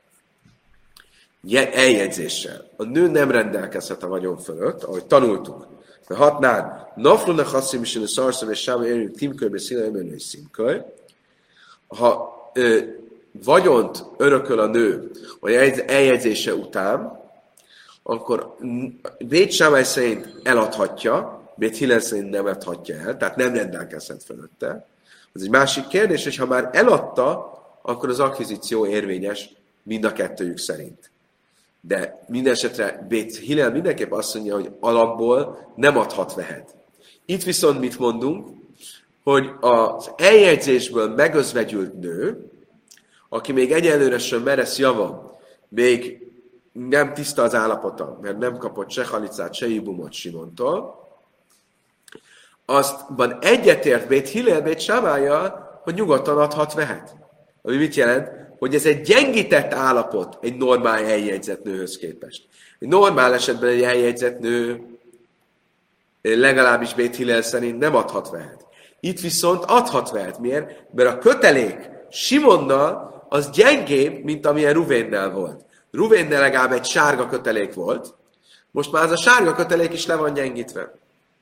eljegyzéssel, a nő nem rendelkezhet a vagyon fölött, ahogy tanultuk. De hatnán, naflunak haszim is a szarszom és sáma érjük timkörbe szílelmenő és szimköl. Ha ö, vagyont örököl a nő, vagy eljegyzése után, akkor Bét Sámály szerint eladhatja, Bét Hillel szerint nem adhatja el, tehát nem rendelkezhet fölötte. Ez egy másik kérdés, hogy ha már eladta, akkor az akvizíció érvényes mind a kettőjük szerint. De minden esetre Bét Hillel mindenképp azt mondja, hogy alapból nem adhat vehet. Itt viszont mit mondunk, hogy az eljegyzésből megözvegyült nő, aki még egyelőre sem meresz java, még nem tiszta az állapota, mert nem kapott se halicát, se ibumot Simontól, aztban egyetért Bét Hillel, Bét Sámályjal, hogy nyugodtan adhat vehet. Ami mit jelent? Hogy ez egy gyengített állapot egy normál eljegyzett nőhöz képest. Egy normál esetben egy eljegyzett nő legalábbis Bét Hillel szerint nem adhat vehet. Itt viszont adhat vehet. Miért? Mert a kötelék Simonnal az gyengébb, mint amilyen Ruvénnel volt. Ruvénnel legalább egy sárga kötelék volt, most már az a sárga kötelék is le van gyengítve.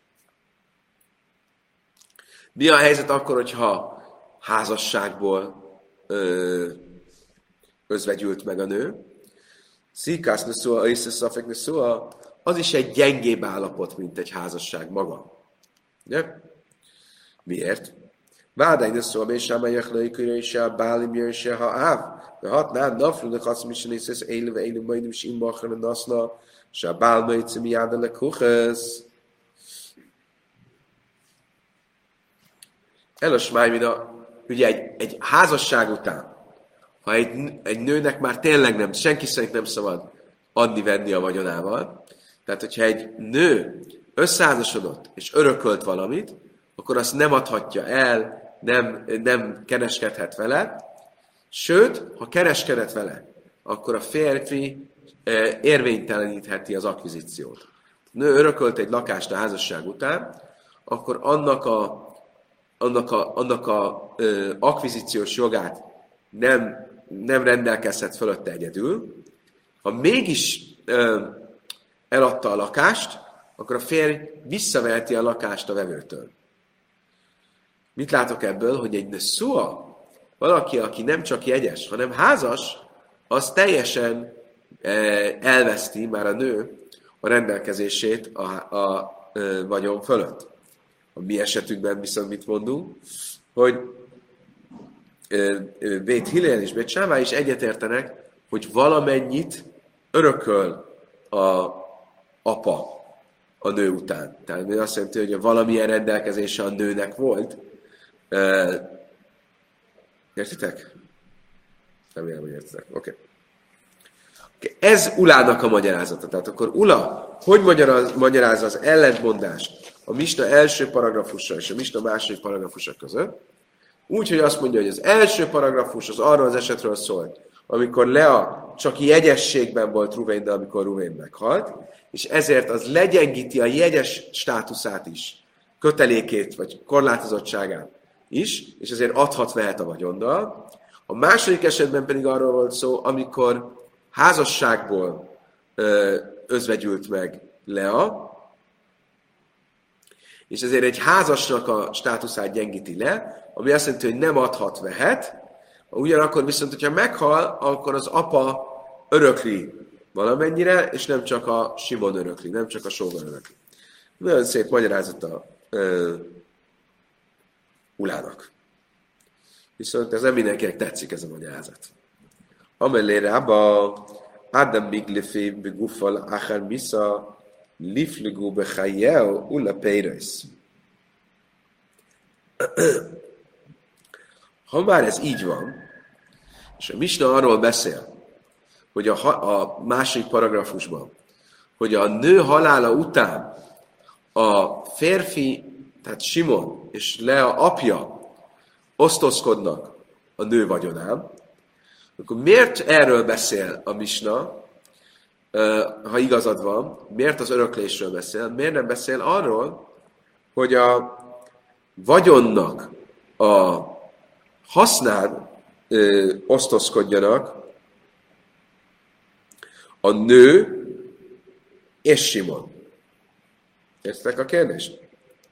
Mi a helyzet akkor, hogyha házasságból ö, özvegyült meg a nő? Szíkász neszua, iszeszafek neszua, az is egy gyengébb állapot, mint egy házasság maga. Ugye? Miért? Vádány neszua, és ámelyek lőkőre is a bálim jön se, ha áv. De hat nem, naflónak azt is nézsz, élve, élve, majdnem is imbachra, naszna, se a bálmai mi jáda le kuchasz. Elos májmina, ugye egy, egy házasság után, ha egy, egy nőnek már tényleg nem, senki szerint nem szabad adni-venni a vagyonával, tehát hogyha egy nő összeházasodott és örökölt valamit, akkor azt nem adhatja el, nem, nem kereskedhet vele, sőt, ha kereskedett vele, akkor a férfi érvénytelenítheti az akvizíciót. A nő örökölt egy lakást a házasság után, akkor annak a, annak a, annak a ö, akvizíciós jogát nem, nem rendelkezhet fölötte egyedül. Ha mégis ö, eladta a lakást, akkor a férj visszaveheti a lakást a vevőtől. Mit látok ebből? Hogy egy neszua, valaki, aki nem csak jegyes, hanem házas, az teljesen elveszti már a nő a rendelkezését a, a, a vagyon fölött. A mi esetünkben viszont mit mondunk? Hogy Bét Hillel és Bét Sámá is egyetértenek, hogy valamennyit örököl a apa a nő után. Tehát azt jelenti, hogy valamilyen rendelkezése a nőnek volt. Értitek? Remélem, hogy értitek. Oké. Okay. Okay. Ez Ulának a magyarázata. Tehát akkor Ula, hogy magyaráz, magyarázza az ellentmondást a Misna első paragrafusa és a Misna második paragrafusa között? Úgy, hogy azt mondja, hogy az első paragrafus az arról az esetről szólt, amikor Lea csak jegyességben volt Ruvénnel, amikor Ruvén meghalt, és ezért az legyengíti a jegyes státuszát is, kötelékét, vagy korlátozottságát is, és ezért adhat, vehet a vagyonnal. A második esetben pedig arról volt szó, amikor házasságból ö, özvegyült meg Lea, és ezért egy házasnak a státuszát gyengíti le, ami azt jelenti, hogy nem adhat, vehet, ugyanakkor viszont, hogyha meghal, akkor az apa örökli valamennyire, és nem csak a Simon örökli, nem csak a sógor örökli. Nagyon szép magyarázata ö, Ulának. Viszont ez nem mindenkinek tetszik, ez a magyarázat. Amelé rába Adam Miglifi begufal achar misa lifligu bechayel Ula Peiris. Ha már ez így van, és a Misna arról beszél, hogy a, a másik paragrafusban, hogy a nő halála után a férfi, tehát Simon és Lea apja osztozkodnak a nő vagyonán, akkor miért erről beszél a Misna, ha igazad van, miért az öröklésről beszél, miért nem beszél arról, hogy a vagyonnak a hasznán ö, osztozkodjanak a nő és Simon. Értek a kérdést?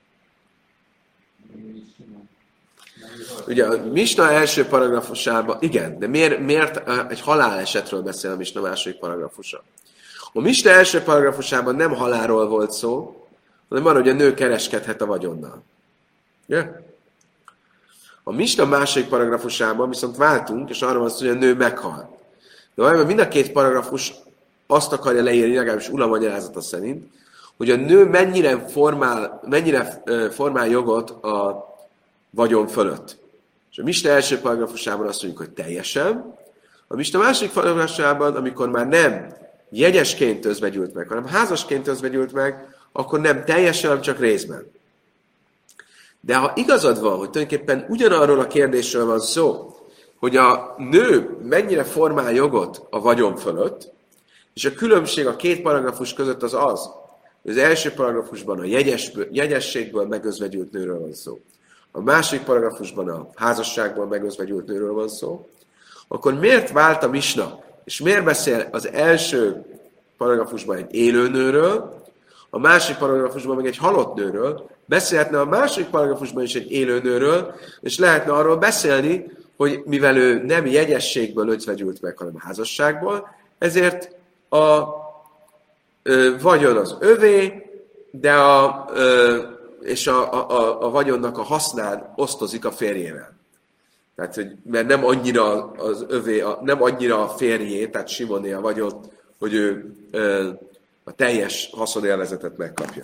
Ugye a Misna első paragrafusában, igen, de miért, miért egy halálesetről beszél a Misna második paragrafusa? A Misna első paragrafusában nem halálról volt szó, hanem arra, hogy a nő kereskedhet a vagyonnal. Yeah? A Misna második paragrafusában viszont váltunk, és arra van szó, hogy a nő meghal. De valójában mind a két paragrafus azt akarja leírni, legalábbis Ula magyarázata szerint, hogy a nő mennyire formál, mennyire formál jogot a vagyon fölött. És a Misna első paragrafusában azt mondjuk, hogy teljesen. A Misna második paragrafusában, amikor már nem jegyesként özvegyült meg, hanem házasként özvegyült meg, akkor nem teljesen, hanem csak részben. De ha igazad van, hogy tulajdonképpen ugyanarról a kérdésről van szó, hogy a nő mennyire formál jogot a vagyon fölött, és a különbség a két paragrafus között az az, hogy az első paragrafusban a jegyesből, jegyességből megözvegyült nőről van szó. A másik paragrafusban a házasságból megözvegyült nőről van szó. akkor miért vált a misna? És miért beszél az első paragrafusban egy élő nőről, a másik paragrafusban meg egy halott nőről, beszélhetne a második paragrafusban is egy élő nőről, és lehetne arról beszélni, hogy mivel ő nem jegyességből özvegyült meg, hanem házasságból, ezért a ö, vagyon az övé, de a, ö, és a, a, a vagyonnak a hasznán osztozik a férjével. Tehát, hogy, mert nem annyira az övé, a, nem annyira a férjé, tehát Simoné a vagyon, hogy ő ö, a teljes haszonélvezetet megkapja.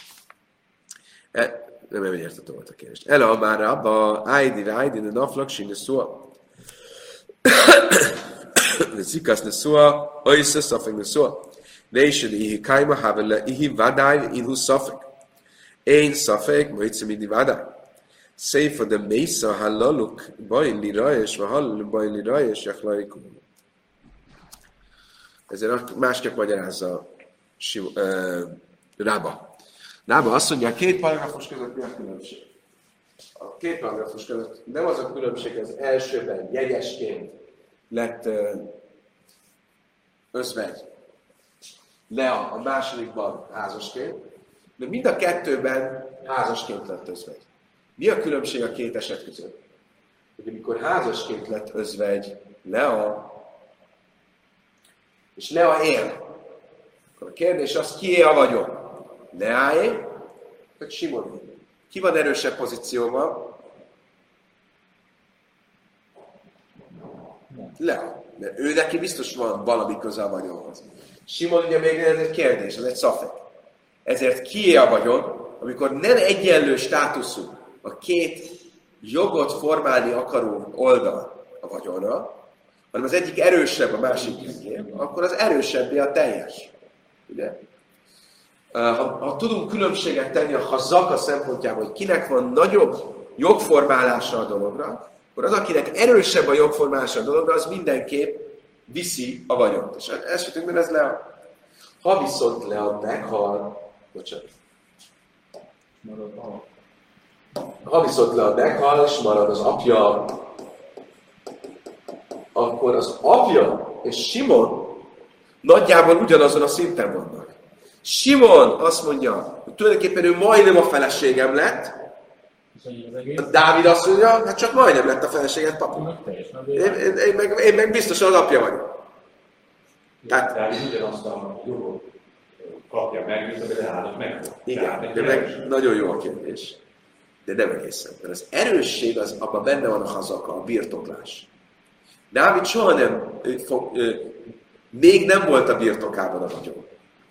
E, nem nem értető volt a kérdést. Ela már abba, ájdi, ájdi, ne naflak, sinne szua. Ne zikasz ne szua, oisza, szafek ne szua. Nation ihi kaima, havele ihi vadály, inhu szafek. Én szafek, moitze midi vadály. Széfa de mésza, hallaluk, bajli rajes, vagy hallal bajli rajes, jachlaikum. Ezért másképp magyarázza uh, Rába. Rába azt mondja, a két paragrafus között mi a különbség? A két paragrafus között nem az a különbség, az elsőben jegyesként lett uh, özvegy, Lea a másodikban házasként, de mind a kettőben házasként lett özvegy. Mi a különbség a két eset között? Hogy amikor házasként lett özvegy Lea, és Lea él, akkor a kérdés az, kié a vagyon? Leáé, vagy Simoné? Ki van erősebb pozícióban? Lea. Mert ő neki biztos van valami köze a vagyonhoz. Simon ugye még ez egy kérdés, ez egy szafek. Ezért kié a vagyon, amikor nem egyenlő státuszú a két jogot formálni akaró oldal a vagyonra, hanem az egyik erősebb, a másik gyengébb, akkor az erősebbé a teljes. Ugye? Ha, ha tudunk különbséget tenni a hazaka szempontjából, hogy kinek van nagyobb jogformálása a dologra, akkor az, akinek erősebb a jogformálása a dologra, az mindenképp viszi a vagyont. És esetünkben ez Lea. Ha viszont Lea meghal, bocsánat. Ha viszont Lea meghal, és marad az apja, akkor az apja és Simon nagyjából ugyanazon a szinten vannak. Simon azt mondja, hogy tulajdonképpen ő majdnem a feleségem lett, a Dávid azt mondja, hát csak majdnem lett a feleséged, papi. Én, én, én, meg, én meg biztosan az apja vagyok. Tehát, Dávid ugyanazt a jogot kapja meg, mint a Dávid meg. Igen, de meg nagyon jó a kérdés. De nem egészen. Mert az erősség, az abban benne van a hazaka, a birtoklás. Dávid soha nem, fog, még nem volt a birtokában a vagyon.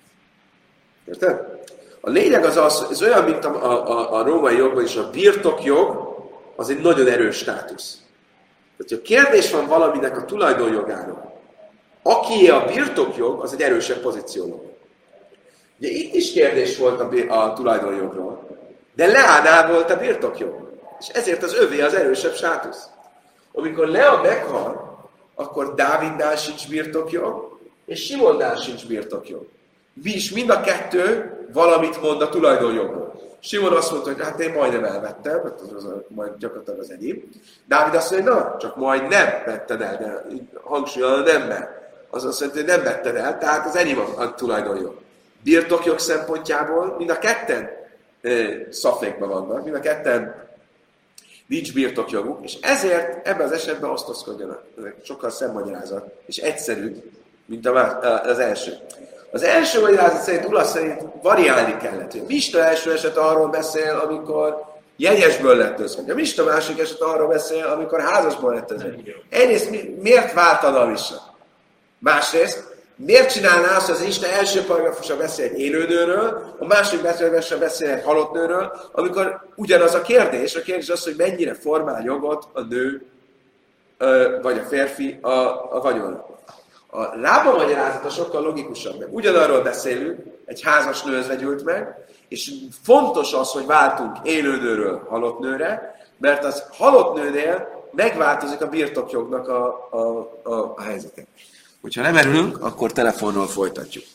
Érted? A lényeg az az, ez olyan, mint a, a, a római jogban is, a birtokjog az egy nagyon erős státusz. Tehát, ha kérdés van valaminek a tulajdonjogáról, akié a birtokjog, az egy erősebb pozíció. Ugye itt is kérdés volt a, a tulajdonjogról, de Leánál volt a birtokjog. És ezért az övé az erősebb státusz. Amikor Lea meghal, akkor Dávidnál sincs birtokjog, és Simonnál sincs birtokjog. Mi is mind a kettő valamit mond a tulajdonjogról. Simon azt mondta, hogy hát én majdnem elvettem, mert az, az, az majd gyakorlatilag az enyém. Dávid azt mondja, hogy na, csak majd nem vetted el, de hangsúlyozom, nemben. Az azt mondja, hogy nem vetted el, tehát az enyém a, a tulajdonjog. Birtokjog szempontjából mind a ketten e, szafékban vannak, mind a ketten nincs birtokjoguk, és ezért ebben az esetben osztozkodjanak. Ez sokkal szemmagyarázat, és egyszerű, mint az első. Az első magyarázat szerint, Ula szerint variálni kellett. A Mista első eset arról beszél, amikor jegyesből lett özvegy. A Mista másik eset arról beszél, amikor házasból lett özvegy. Egyrészt mi, miért váltana a Mista? Másrészt, miért csinálná azt, hogy az Isten első paragrafusa beszél egy élőnőről, a másik paragrafusa beszél egy halott nőről, amikor ugyanaz a kérdés, a kérdés az, hogy mennyire formál jogot a nő vagy a férfi a, a vagyonra. A Rába magyarázata sokkal logikusabb, mert ugyanarról beszélünk, egy házas nő özvegyült meg, és fontos az, hogy váltunk élőnőről halott nőre, mert az halott nőnél megváltozik a birtokjognak a, a, a, a helyzete. Hogyha nem erülünk, akkor telefonról folytatjuk.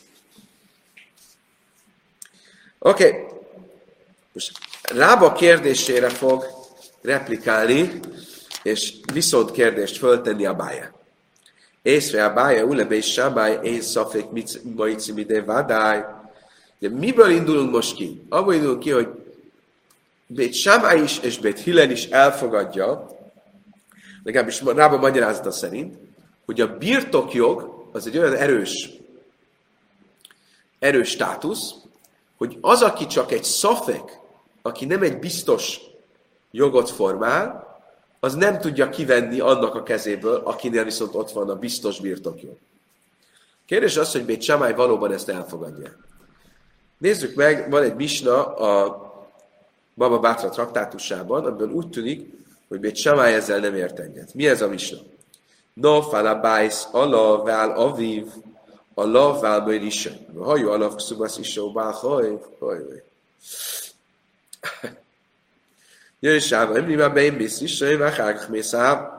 Oké. Okay. Most Rába kérdésére fog replikálni, és viszont kérdést föltenni a Báje. Észre a bája, ulebe és sábály, én szafék, maici, midé, vádály. De miből indulunk most ki? Abból indulunk ki, hogy Bét Sámály is és Bét Hillel is elfogadja, legalábbis Rába magyarázata szerint, hogy a birtokjog az egy olyan erős, erős státusz, hogy az, aki csak egy szafek, aki nem egy biztos jogot formál, az nem tudja kivenni annak a kezéből, akinél viszont ott van a biztos birtokjog. Kérdés az, hogy Bét Sámály valóban ezt elfogadja. Nézzük meg, van egy misna a Baba Bátra traktátusában, amiből úgy tűnik, hogy Bét Sámály ezzel nem ért egyet. Mi ez a misna? No falabájsz, Allah vál aviv, Allah vál majd is. Hajó alav kszubasz is, bál haj, haj, haj. Jöjj sába, emlé már beim mész is, jöjj már hárk mész áv.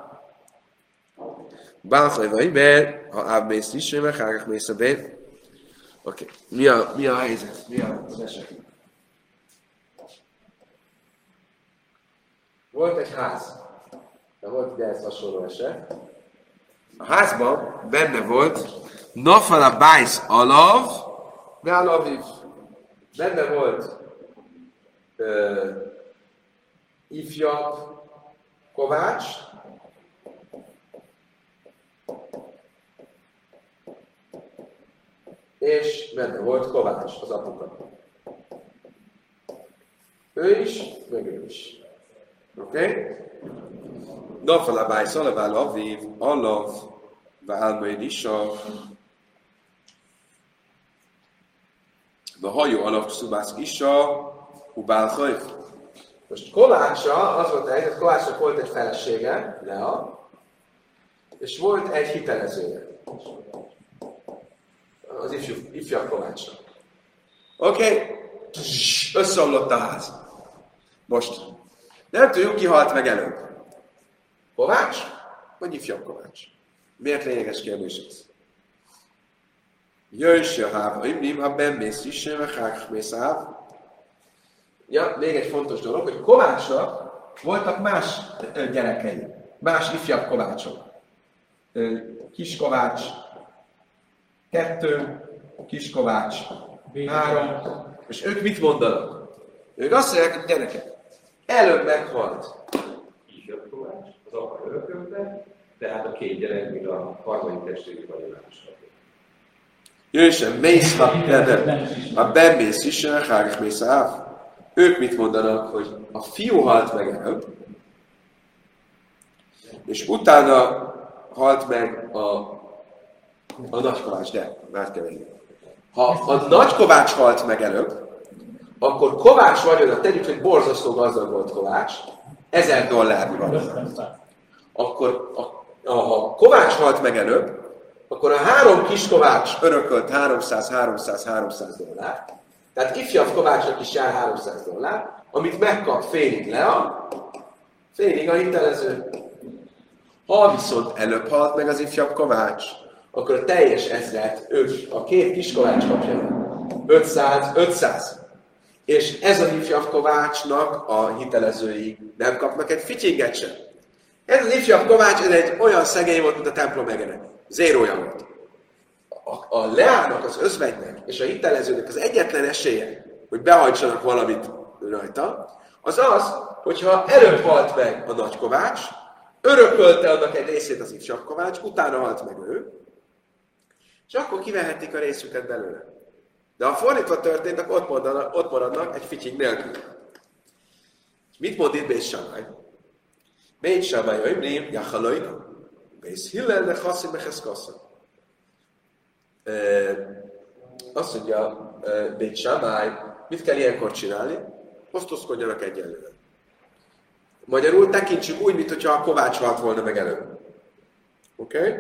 Bál haj, vagy, mert ha áv mész is, jöjj már hárk mész a bé. Oké, mi a, mi a helyzet? Mi a eset? Volt egy ház, de volt ide ez hasonló eset. A házban benne volt Nafala Bájsz Alav, de Alaviv. Benne volt uh, ifjabb Kovács, és benne volt Kovács, az apuka. Ő is, meg ő is. Oké? Okay? Nafala Bájsz Alav, Alaviv, Alav, Válmaid is a a hajó alap szubászk is a Hubálhaj. Most Kovácsa, az volt a helyzet, Kovácsnak volt egy felesége, Lea, és volt egy hitelezője. Az ifjú, ifjabb Kovácsnak. Oké? Okay. Összeomlott a ház. Most nem tudjuk, ki halt meg előbb. Kovács? Vagy ifjabb Kovács? Miért lényeges kérdés ez? Jöjj se háv, ha bemész is, mert hákmész áv. Ja, még egy fontos dolog, hogy Kovácsnak voltak más gyerekei, más ifjabb Kovácsok. Kis Kovács, kettő, Kis Kovács, három, és ők mit mondanak? Ők azt mondják, hogy gyerekek, előbb meghalt. Ifjabb Kovács, az apa örökölte, tehát a két gyerek, mint a harmadik testvéri vagyonás. Jöjj sem, mész, ha bemész is, hárek mész áv. Ők mit mondanak, hogy a fiú halt meg előbb, és utána halt meg a, a nagykovács, de már kell venni. Ha a nagykovács halt meg előbb, akkor Kovács vagyona, tegyük, hogy borzasztó gazdag volt Kovács, ezer dollár van. Akkor a, a, ha Kovács halt meg előbb, akkor a három kis Kovács örökölt háromszáz háromszáz háromszáz dollár, tehát ifjabb Kovácsnak is jár háromszáz dollár, amit megkap félig Lea, félig a hitelező. Ha viszont előbb halt meg az ifjabb Kovács, akkor a teljes ezret, ők, a két kis Kovács kapja ötszáz ötszáz. És ez az ifjabb Kovácsnak a hitelezői nem kapnak egy fityinget sem. Ez az ifjabb Kovács, ez egy olyan szegény volt, mint a templom egere. Zérója volt. A, a Leának, az özvegynek és a hitelezőnek az egyetlen esélye, hogy behajtsanak valamit rajta, az az, hogyha előbb halt meg a nagy Kovács, örökölte annak egy részét az ifjabb Kovács, utána halt meg ő, és akkor kivehetik a részüket belőle. De ha fordítva történt, akkor ott, mondanak, ott maradnak egy fitying nélkül. És mit mond itt Bét Sámály? Bét Sámály, ömrém, jachalaina. Bész Hillel, de Chaszim, mehez kassa. Azt mondja Bét Sámály, mit kell ilyenkor csinálni? Osztozkodjanak egyenlően. Magyarul tekintsük úgy, mintha a Kovács halt volna meg előbb. Oké? Okay?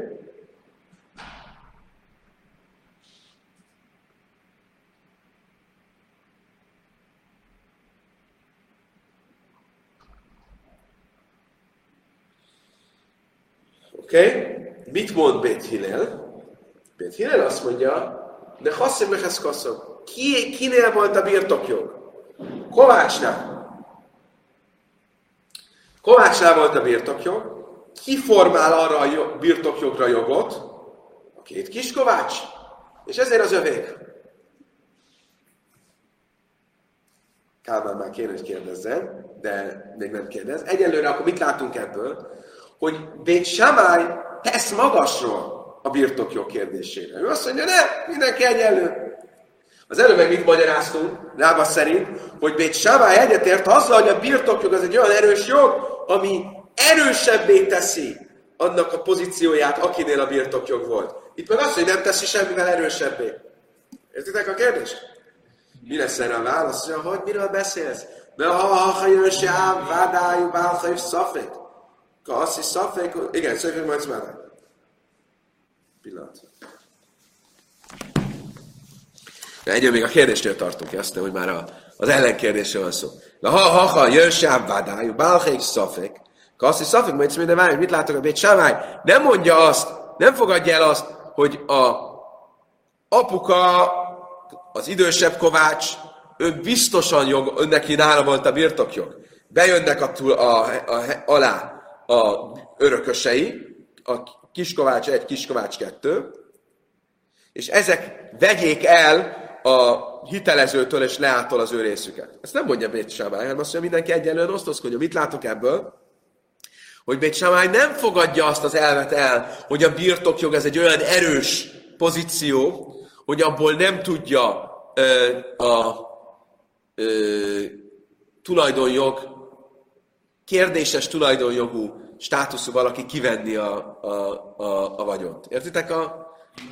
Oké? Okay? Mit mond Bét Hillel? Bét Hillel azt mondja, de Chaszim mehez kassa. Ki, kinél volt a birtokjog? Kovácsnál. Kovácsnál volt a birtokjog. Ki formál arra a birtokjogra jogot? A két kiskovács, és ezért az övék. Kálmán már kéne, hogy kérdezzen, de még nem kérdez. Egyelőre akkor mit látunk ebből? Hogy Bét Sámály tesz magasról a birtokjog kérdésére. Ő azt mondja, nem, mindenki egyenlő. Az előbb meg mit magyaráztunk, Rába szerint, hogy Bét Sámály egyetért azzal, hogy a birtokjog az egy olyan erős jog, ami erősebbé teszi annak a pozícióját, akinél a birtokjog volt. Itt meg azt, hogy nem teszi semmivel erősebbé. Értitek a kérdést? Mi lesz erre a válasz? Hogy miről beszélsz? De ha ha jön se ám, vádájú, bálhajú, szafék. Kasszi, szafék. Igen, szöjfék majd szmálnak. Pillanat. De egyébként még a kérdésnél tartunk, azt hogy már a, az ellenkérdésről van szó. De ha ha ha jön se ám, vádájú, bálhajú, szafék. Kasszi, szafék, majd szmálnak, várj, mit látok a Bét Sámály? Nem mondja azt, nem fogadja el azt, hogy a apuka, az idősebb kovács, ő biztosan jog, neki nála volt a birtokjog. Bejönnek a, a, a, a, alá a örökösei, a kiskovács egy, kiskovács kettő, és ezek vegyék el a hitelezőtől és leától az ő részüket. Ezt nem mondja Bét Sámály, hanem azt mondja, mindenki egyenlően osztozkodjon. Mit látok ebből? Hogy Bét Sámály nem fogadja azt az elvet el, hogy a birtokjog ez egy olyan erős pozíció, hogy abból nem tudja ö, a ö, tulajdonjog, kérdéses tulajdonjogú státuszú valaki kivenni a, a, a, a vagyont. Értitek a...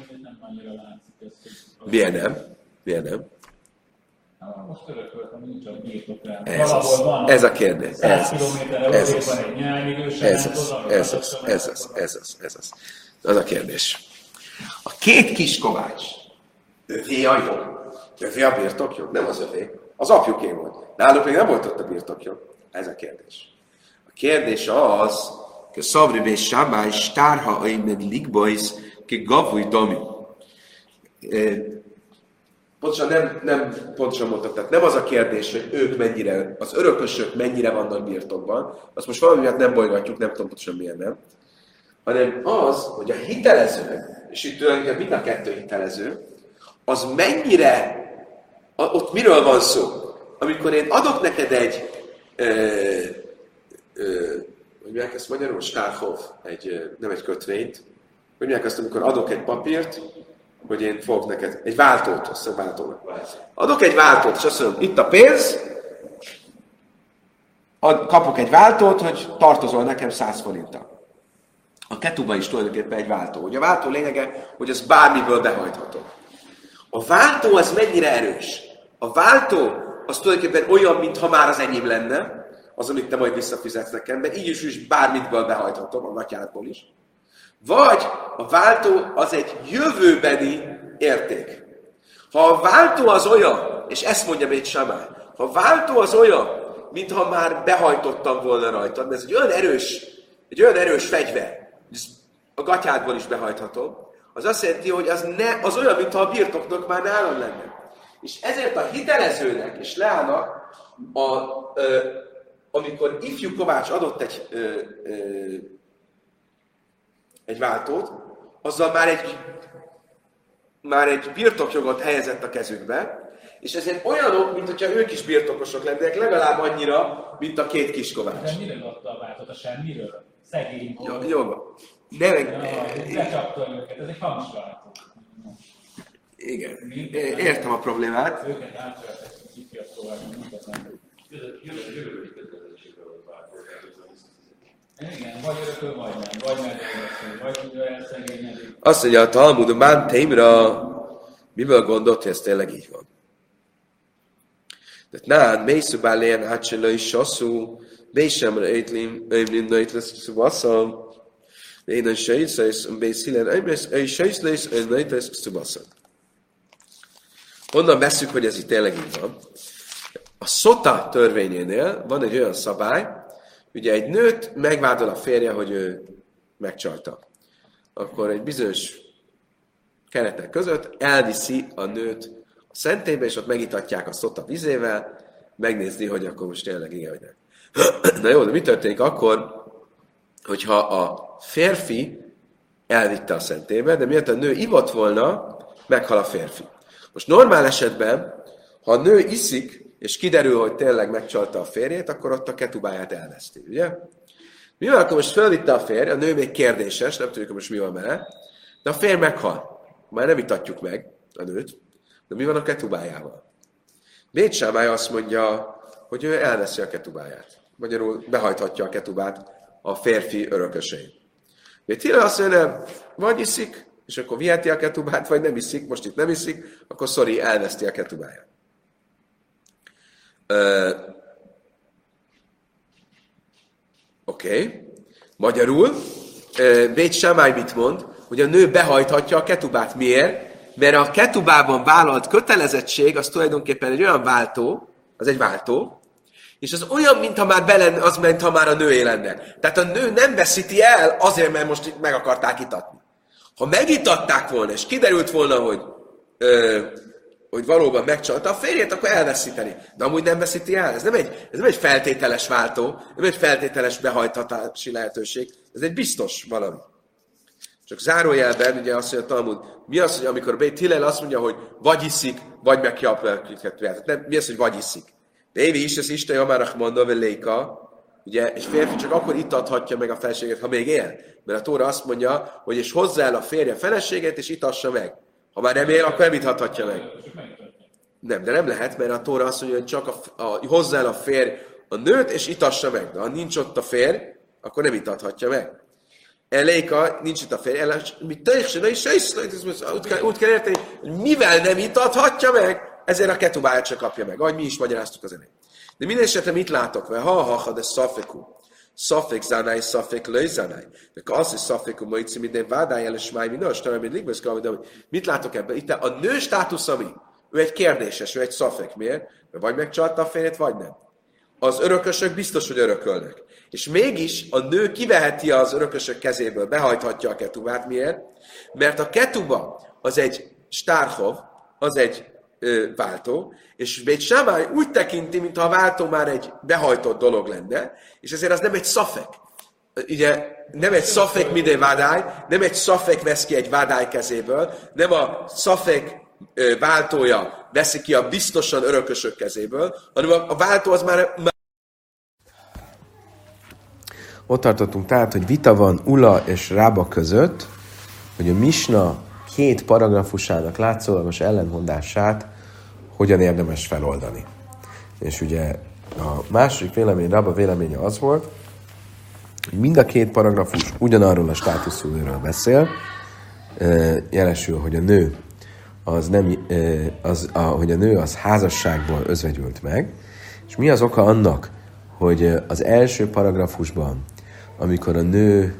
Miért nem? Miért nem? Most örököltem, nincs a birtokrán. Ez az, ez a kérdés. Ez az, ez az, van egy nyelvig, ez az, ez az, ez az, ez az, ez az. Az a kérdés. A két kiskovács, övé a jog, övé a birtokjog, nem az övé, az apjuké volt. Náluk még nem volt ott a birtokjog. Ez a kérdés. A kérdés az, hogy Szabri Bét Sámály stárha aimed ligbajsz, ki gavúj domi. Pontosan nem, nem pontosan mondtam, tehát nem az a kérdés, hogy ők mennyire, az örökösök mennyire vannak birtokban, azt most valami miatt nem bolygatjuk, nem tudom pontosan milyen nem, hanem az, hogy a hitelező, és itt tulajdonképpen mind a kettő hitelező, az mennyire, ott miről van szó? Amikor én adok neked egy, ö, ö, hogy mondják ezt magyarul? Stárhov, egy, nem egy kötvényt. Hogy mondják azt, amikor adok egy papírt, hogy én fogok neked egy váltót, azt mondom váltónak. Adok egy váltót, és azt mondom, itt a pénz, ad, kapok egy váltót, hogy tartozol nekem száz forinttal. A ketuba is tulajdonképpen egy váltó. Ugye a váltó lényege, hogy az bármiből behajtható. A váltó az mennyire erős? A váltó az tulajdonképpen olyan, mintha már az enyém lenne, az, amit te majd visszafizetsz nekem, mert így is, is bármitből behajthatom, a gatyádból is. Vagy a váltó az egy jövőbeni érték. Ha a váltó az olyan, és ezt mondja Bét Sámály, ha a váltó az olyan, mintha már behajtottam volna rajtad, mert ez egy olyan erős, egy olyan erős fegyver, a gatyádból is behajthatom, az azt jelenti, hogy az, ne, az olyan, mintha a birtoknak már nálam lenne. És ezért a hitelezőnek és Leának, a, ö, amikor ifjú Kovács adott egy, ö, ö, egy váltót, azzal már egy, már egy birtokjogot helyezett a kezükbe, és ezért olyanok, mint hogyha ők is birtokosok lennének, legalább annyira, mint a két kis Kovács. De miről adta a váltót? A semmiről? Szegény volt. Jó, jó. Ne meg... Becsapta őket, ez egy hamis váltó. Igen, értem a problémát. Őket átvertek, hogy ki a tovább, minket nem. Jövőbeli kötelezettségre volt váltó. Igen, vagy örököl, vagy nem. Vagy megörököl, vagy elszegényedik. Azt mondja a Talmud, Mán Témra, miből gondolt, hogy ez tényleg így van? De nán, mélyszubál lén átselő is sasszú, bésemre étlim, ömlim nőt lesz szubaszal, én a sejtszesz, bészílen, ömlim sejtsz lesz, ömlim nőt lesz szubaszal. Honnan veszük, hogy ez itt tényleg így van? A Szota törvényénél van egy olyan szabály, ugye egy nőt megvádol a férje, hogy ő megcsalta. Akkor egy bizonyos keretek között elviszi a nőt a szentélybe, és ott megitatják a Szota vizével, megnézni, hogy akkor most tényleg igen, vagy nem. Na jó, de mi történik akkor, hogyha a férfi elvitte a szentélybe, de miatt a nő ivott volna, meghal a férfi. Most normál esetben, ha a nő iszik, és kiderül, hogy tényleg megcsalta a férjét, akkor ott a ketubáját elveszti, ugye? Mivel akkor most fölvitte a férj, a nő még kérdéses, nem tudjuk, hogy most mi van vele, de a férj meghal. Már nem itatjuk meg a nőt, de mi van a ketubájával? Bét Sámály azt mondja, hogy ő elveszi a ketubáját. Magyarul behajthatja a ketubát a férfi örökösei. Bét Hillel azt mondja, vagy iszik, és akkor viheti a ketubát, vagy nem iszik, most itt nem iszik, akkor szori, elveszti a ketubáját. Uh, Oké. Okay. Magyarul, uh, Bét Sámály mit mond? Hogy a nő behajthatja a ketubát. Miért? Mert a ketubában vállalt kötelezettség az tulajdonképpen egy olyan váltó, az egy váltó, és az olyan, mintha már belen, az, mintha már a nőé lenne. Tehát a nő nem veszíti el azért, mert most itt meg akarták itatni. Ha megitatták volna, és kiderült volna, hogy, ö, hogy valóban megcsalta a férjét, akkor elveszíteni. De amúgy nem veszíti el. Ez nem egy, ez nem egy feltételes váltó, nem egy feltételes behajthatási lehetőség. Ez egy biztos valami. Csak zárójelben, ugye azt mondja a Talmud, mi az, hogy amikor Bét Hillel azt mondja, hogy vagy iszik, vagy megkiapja. Nem, mi az, hogy vagy iszik? De Évi is, ez Isten Jamárach mondva, Léka, ugye, és férfi csak akkor itathatja meg a feleségét, ha még él. Mert a Tóra azt mondja, hogy és hozzá el a férje feleségét, és itassa meg. Ha már nem él, akkor nem itathatja meg. Nem, de nem lehet, mert a Tóra azt mondja, hogy csak a, a, hozzá el a férj a nőt, és itassa meg. De ha nincs ott a férj, akkor nem itathatja meg. Eléka, nincs itt a férj, ellen, mi teljesen, de is úgy kell érteni, hogy mivel nem itathatja meg, ezért a ketubáját se kapja meg, ahogy mi is magyaráztuk az elején. De minden esetre mit látok? Mert ha, ha, ha, de szafekú. Szafek zánáj, szafek löj zánáj. De az, hogy szafekú, majd minden vádáj el, és máj, minden, és talán még mit látok ebben? Itt a nő státusza mi? Ő egy kérdéses, ő egy szafek. Miért? Mert vagy megcsalta a férjét, vagy nem. Az örökösök biztos, hogy örökölnek. És mégis a nő kiveheti az örökösök kezéből, behajthatja a ketubát. Miért? Mert a ketuba az egy stárhov, az egy ö, váltó, és Bét Sámály úgy tekinti, mintha a váltó már egy behajtott dolog lenne, és ezért az nem egy szafek. Ugye nem egy szafek minden vádály, nem egy szafek vesz ki egy vádály kezéből, nem a szafek ö, váltója veszi ki a biztosan örökösök kezéből, hanem a, a váltó az már... Ott tartottunk tehát, hogy vita van Ula és Rába között, hogy a Misna két paragrafusának látszólagos ellentmondását hogyan érdemes feloldani. És ugye a második vélemény, Rába véleménye az volt, hogy mind a két paragrafus ugyanarról a státuszúról beszél, jelesül, hogy a nő az nem, az, a, hogy a nő az házasságból özvegyült meg, és mi az oka annak, hogy az első paragrafusban, amikor a nő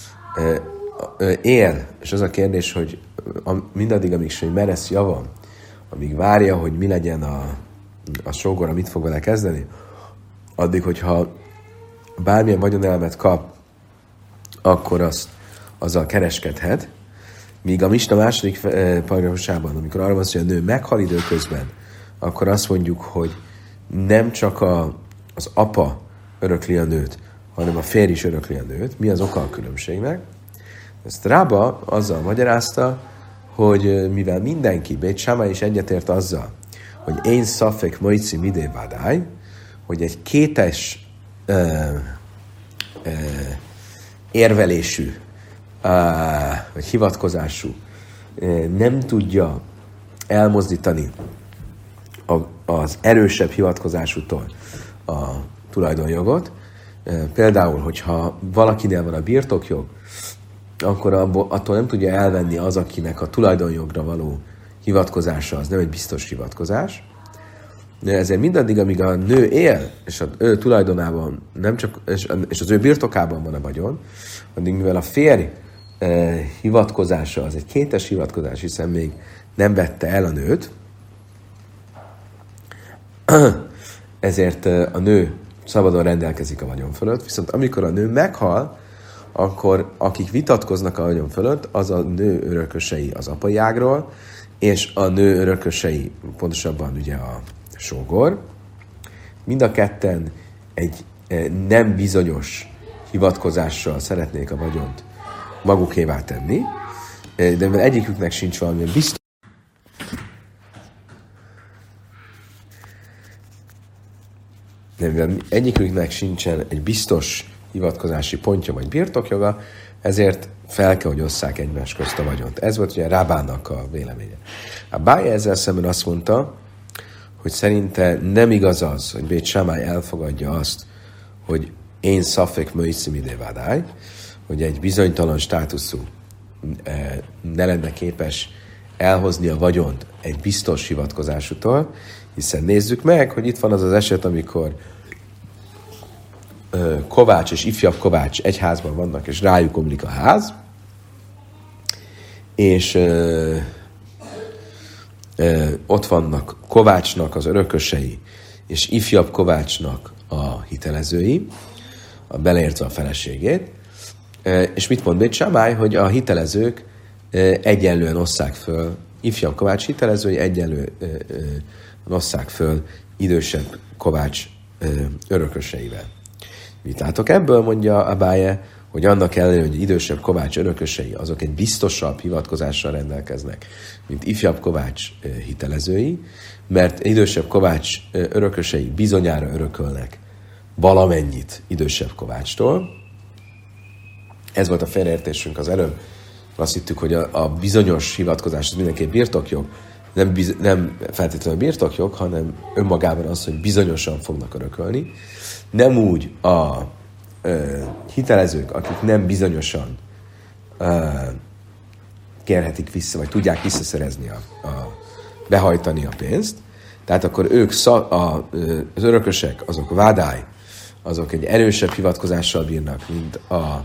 él, és az a kérdés, hogy mindaddig, amíg se meresz java, amíg várja, hogy mi legyen a, a sógora, mit fog vele kezdeni, addig, hogyha bármilyen vagyonelmet kap, akkor azt, azzal kereskedhet, míg a Misna második paragrafusában, amikor arra van szó, hogy a nő meghal időközben, akkor azt mondjuk, hogy nem csak a, az apa örökli a nőt, hanem a férj is örökli a nőt. Mi az oka a különbségnek? Ezt Rába azzal magyarázta, hogy mivel mindenki, Bét Sámály is egyetért azzal, hogy én szafek majci midé vádály, hogy egy kétes ö, ö, érvelésű, ö, vagy hivatkozású ö, nem tudja elmozdítani a, az erősebb hivatkozásútól a tulajdonjogot. Például, hogyha valakinél van a birtokjog, akkor abból, attól nem tudja elvenni az, akinek a tulajdonjogra való hivatkozása, az nem egy biztos hivatkozás. De ezért mindaddig, amíg a nő él, és az ő tulajdonában, nem csak, és az ő birtokában van a vagyon, addig mivel a férj eh, hivatkozása az egy kétes hivatkozás, hiszen még nem vette el a nőt, ezért a nő szabadon rendelkezik a vagyon fölött, viszont amikor a nő meghal, akkor akik vitatkoznak a vagyon fölött, az a nő örökösei az apai ágról, és a nő örökösei, pontosabban ugye a sógor. Mind a ketten egy nem bizonyos hivatkozással szeretnék a vagyont magukévá tenni, de mivel egyiküknek sincs valamilyen biztos, de mivel egyiküknek sincsen egy biztos hivatkozási pontja vagy birtokjoga, ezért fel kell, hogy osszák egymás közt a vagyont. Ez volt ugye Rábának a véleménye. A Bája ezzel szemben azt mondta, hogy szerinte nem igaz az, hogy Bét Sámály elfogadja azt, hogy én szafek möjszim ide vádály, hogy egy bizonytalan státuszú ne lenne képes elhozni a vagyont egy biztos hivatkozásútól, hiszen nézzük meg, hogy itt van az az eset, amikor kovács és ifjabb kovács egy házban vannak, és rájuk omlik a ház, és ö, ö, ott vannak kovácsnak az örökösei, és ifjabb kovácsnak a hitelezői, a beleértve a feleségét, ö, és mit mond Bét Sámály, hogy a hitelezők ö, egyenlően osszák föl, ifjabb kovács hitelezői egyenlően osszák föl idősebb kovács ö, örököseivel. Mit látok ebből, mondja Abáje, hogy annak ellenére, hogy idősebb kovács örökösei, azok egy biztosabb hivatkozással rendelkeznek, mint ifjabb kovács hitelezői, mert idősebb kovács örökösei bizonyára örökölnek valamennyit idősebb kovácstól. Ez volt a félreértésünk az előbb. Azt hittük, hogy a, a bizonyos hivatkozás az mindenképp birtokjog, nem, biz, nem feltétlenül birtokjog, hanem önmagában az, hogy bizonyosan fognak örökölni. Nem úgy a ö, hitelezők, akik nem bizonyosan ö, kérhetik vissza, vagy tudják visszaszerezni, a, a, behajtani a pénzt. Tehát akkor ők, szak, a, az örökösek, azok vádály, azok egy erősebb hivatkozással bírnak, mint a,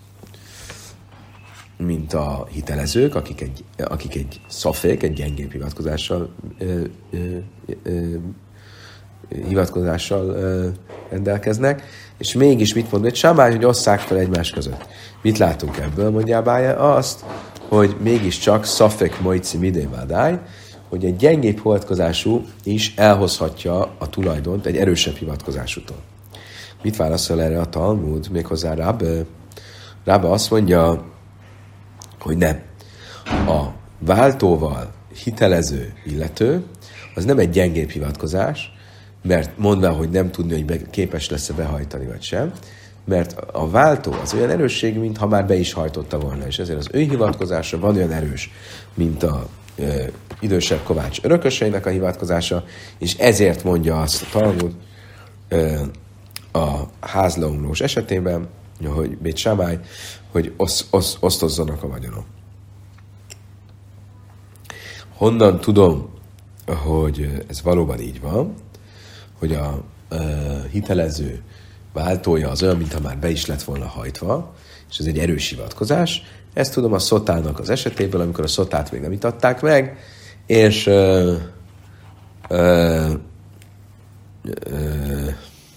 mint a hitelezők, akik egy, akik egy szafék, egy gyengébb hivatkozással ö, ö, ö, hivatkozással ö, rendelkeznek, és mégis mit mond egy Sámály, hogy osszák fel egymás között. Mit látunk ebből, mondja Bája? Azt, hogy mégiscsak szafek mojci midé vádály, hogy egy gyengébb hivatkozású is elhozhatja a tulajdont egy erősebb hivatkozásútól. Mit válaszol erre a Talmud? Méghozzá Rába. Rába azt mondja, hogy nem. A váltóval hitelező illető, az nem egy gyengébb hivatkozás, mert mondva, hogy nem tudni, hogy be, képes lesz-e behajtani, vagy sem, mert a váltó az olyan erősség, mintha már be is hajtotta volna, és ezért az ő hivatkozása van olyan erős, mint a ö, idősebb kovács örököseinek a hivatkozása, és ezért mondja azt a Talmud ö, a házleomlós esetében, hogy Bét Sámály, hogy osz, osz, osztozzanak a vagyonon. Honnan tudom, hogy ez valóban így van, hogy a uh, hitelező váltója az olyan, mintha már be is lett volna hajtva, és ez egy erős hivatkozás. Ezt tudom a szotának az esetéből, amikor a szotát még nem itatták meg, és uh, uh, uh,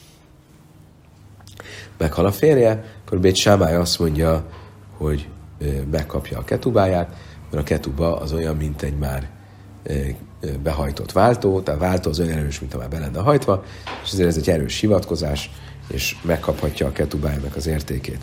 meghal a férje, akkor Bét Sámály azt mondja, hogy uh, megkapja a ketubáját, mert a ketuba az olyan, mint egy már uh, behajtott váltó, tehát váltó az olyan erős, mint ha már be lenne hajtva, és ezért ez egy erős hivatkozás, és megkaphatja a ketubájának az értékét.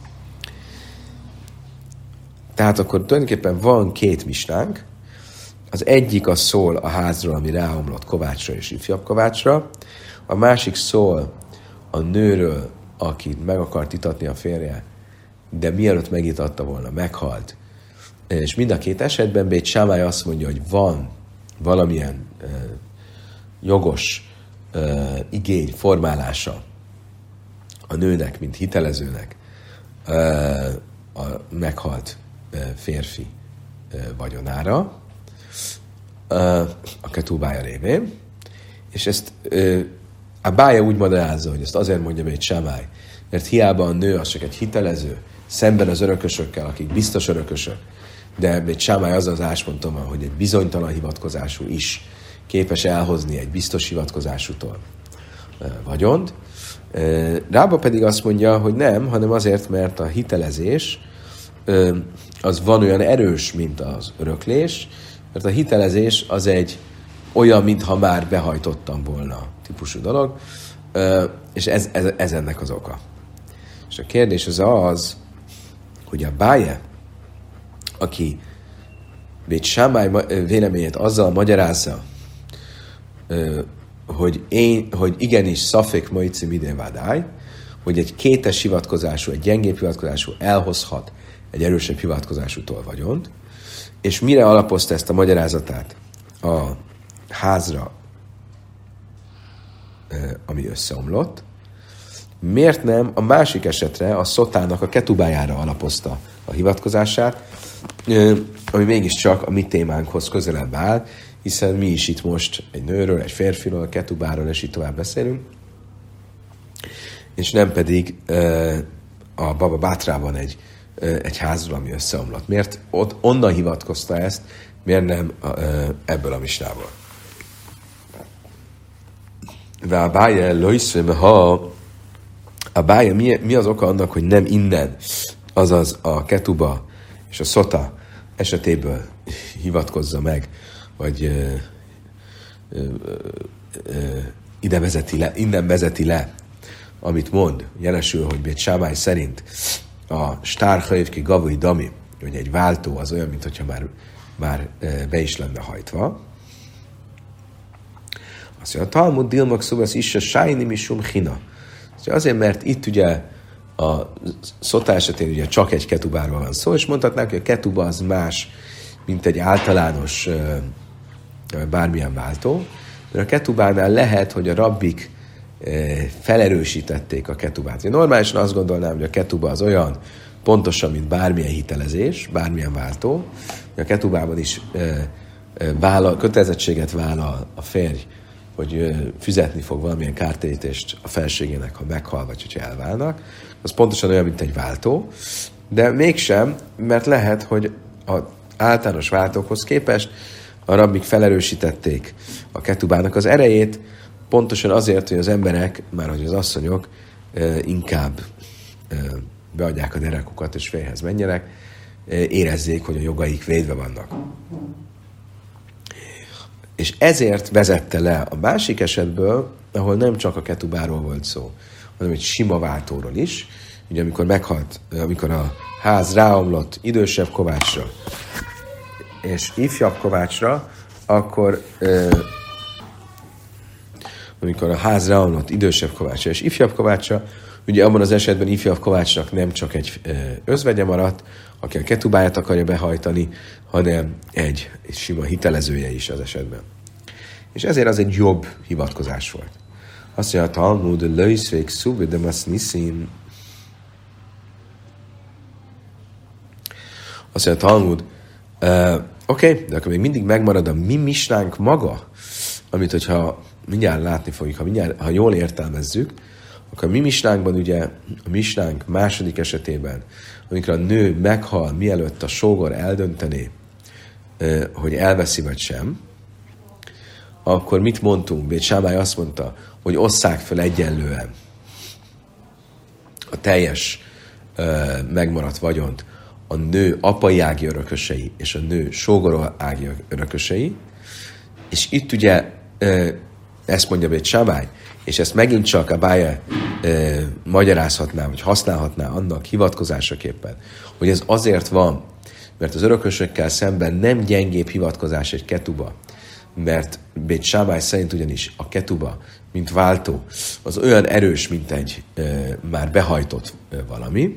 Tehát akkor tulajdonképpen van két misnánk, az egyik az szól a házról, ami ráomlott kovácsra és ifjabb kovácsra, a másik szól a nőről, aki meg akart itatni a férje, de mielőtt megitatta volna, meghalt. És mind a két esetben Bét Sámály azt mondja, hogy van valamilyen uh, jogos uh, igény formálása a nőnek, mint hitelezőnek uh, a meghalt uh, férfi uh, vagyonára uh, a ketubája révén, és ezt uh, a Bája úgy magyarázza, hogy ezt azért mondja Bét Sámály, mert hiába a nő az csak egy hitelező, szemben az örökösökkel, akik biztos örökösök, de Bét Sámály az az ásponton van, hogy egy bizonytalan hivatkozású is képes elhozni egy biztos hivatkozásútól vagyont. Rába pedig azt mondja, hogy nem, hanem azért, mert a hitelezés az van olyan erős, mint az öröklés, mert a hitelezés az egy olyan, mintha már behajtottam volna típusú dolog, és ez, ez, ez ennek az oka. És a kérdés az az, hogy a Báje, aki Bét Sámály véleményét azzal magyarázza, hogy, én, hogy igenis szafék maici midén vádály, hogy egy kétes hivatkozású, egy gyengébb hivatkozású elhozhat egy erősebb hivatkozásútól vagyont, és mire alapozta ezt a magyarázatát a házra, ami összeomlott, miért nem a másik esetre, a szotának a ketubájára alapozta a hivatkozását, ami mégiscsak a mi témánkhoz közelebb áll, hiszen mi is itt most egy nőről, egy férfiról, a ketubáról, és így tovább beszélünk, és nem pedig a Baba Bátrában egy, egy házról, ami összeomlott. Miért ott onnan hivatkozta ezt, miért nem ebből a misnából? De a bája lőszve, ha a bája, mi, mi az oka annak, hogy nem innen, azaz a ketuba és a szota esetéből hivatkozza meg, vagy ö, ö, ö, ide vezeti le, innen vezeti le, amit mond, jelesül, hogy Bét Sámály szerint a stárhaivki gavui dami, hogy egy váltó az olyan, mintha már, már be is lenne hajtva. Azt mondja, a Talmud dilmak szubasz is a sájni misum hina. Azért, mert itt ugye a szotá esetén ugye csak egy ketubáról van szó, és mondhatnánk, hogy a ketuba az más, mint egy általános bármilyen váltó, mert a ketubánál lehet, hogy a rabbik felerősítették a ketubát. Én normálisan azt gondolnám, hogy a ketuba az olyan pontosan, mint bármilyen hitelezés, bármilyen váltó, hogy a ketubában is vállal, kötelezettséget vállal a férj, hogy fizetni fog valamilyen kártérítést a felségének, ha meghal, vagy hogyha elválnak. Az pontosan olyan, mint egy váltó, de mégsem, mert lehet, hogy az általános váltókhoz képest a rabbik felerősítették a ketubának az erejét, pontosan azért, hogy az emberek, már hogy az asszonyok inkább beadják a derekukat és férjhez menjenek, érezzék, hogy a jogaik védve vannak. És ezért vezette le a másik esetből, ahol nem csak a ketubáról volt szó, hanem egy sima váltóról is. Ugye amikor meghalt, amikor a ház ráomlott idősebb kovácsra és ifjabb kovácsra, akkor amikor a ház ráomlott idősebb kovácsra és ifjabb kovácsra, ugye abban az esetben ifjabb kovácsnak nem csak egy özvegye maradt, aki a ketubáját akarja behajtani, hanem egy, egy sima hitelezője is az esetben. És ezért az egy jobb hivatkozás volt. Azt mondja, a Talmud, lőszvék szúvi, de masz niszim. Azt mondja, a Talmud, uh, oké, okay, de akkor még mindig megmarad a mi misnánk maga, amit, hogyha mindjárt látni fogjuk, ha, mindjárt, ha jól értelmezzük, akkor a mi misnánkban ugye, a misnánk második esetében, amikor a nő meghal, mielőtt a sógor eldöntené, hogy elveszi vagy sem, akkor mit mondtunk? Bét Sámály azt mondta, hogy osszák fel egyenlően a teljes megmaradt vagyont a nő apai ági örökösei és a nő sógor ági örökösei, és itt ugye ezt mondja Bét Sámály, és ezt megint csak a Báje e, magyarázhatná, vagy használhatná annak hivatkozásaképpen, hogy ez azért van, mert az örökösökkel szemben nem gyengébb hivatkozás egy ketuba, mert Bét Sámály szerint ugyanis a ketuba, mint váltó, az olyan erős, mint egy e, már behajtott e, valami,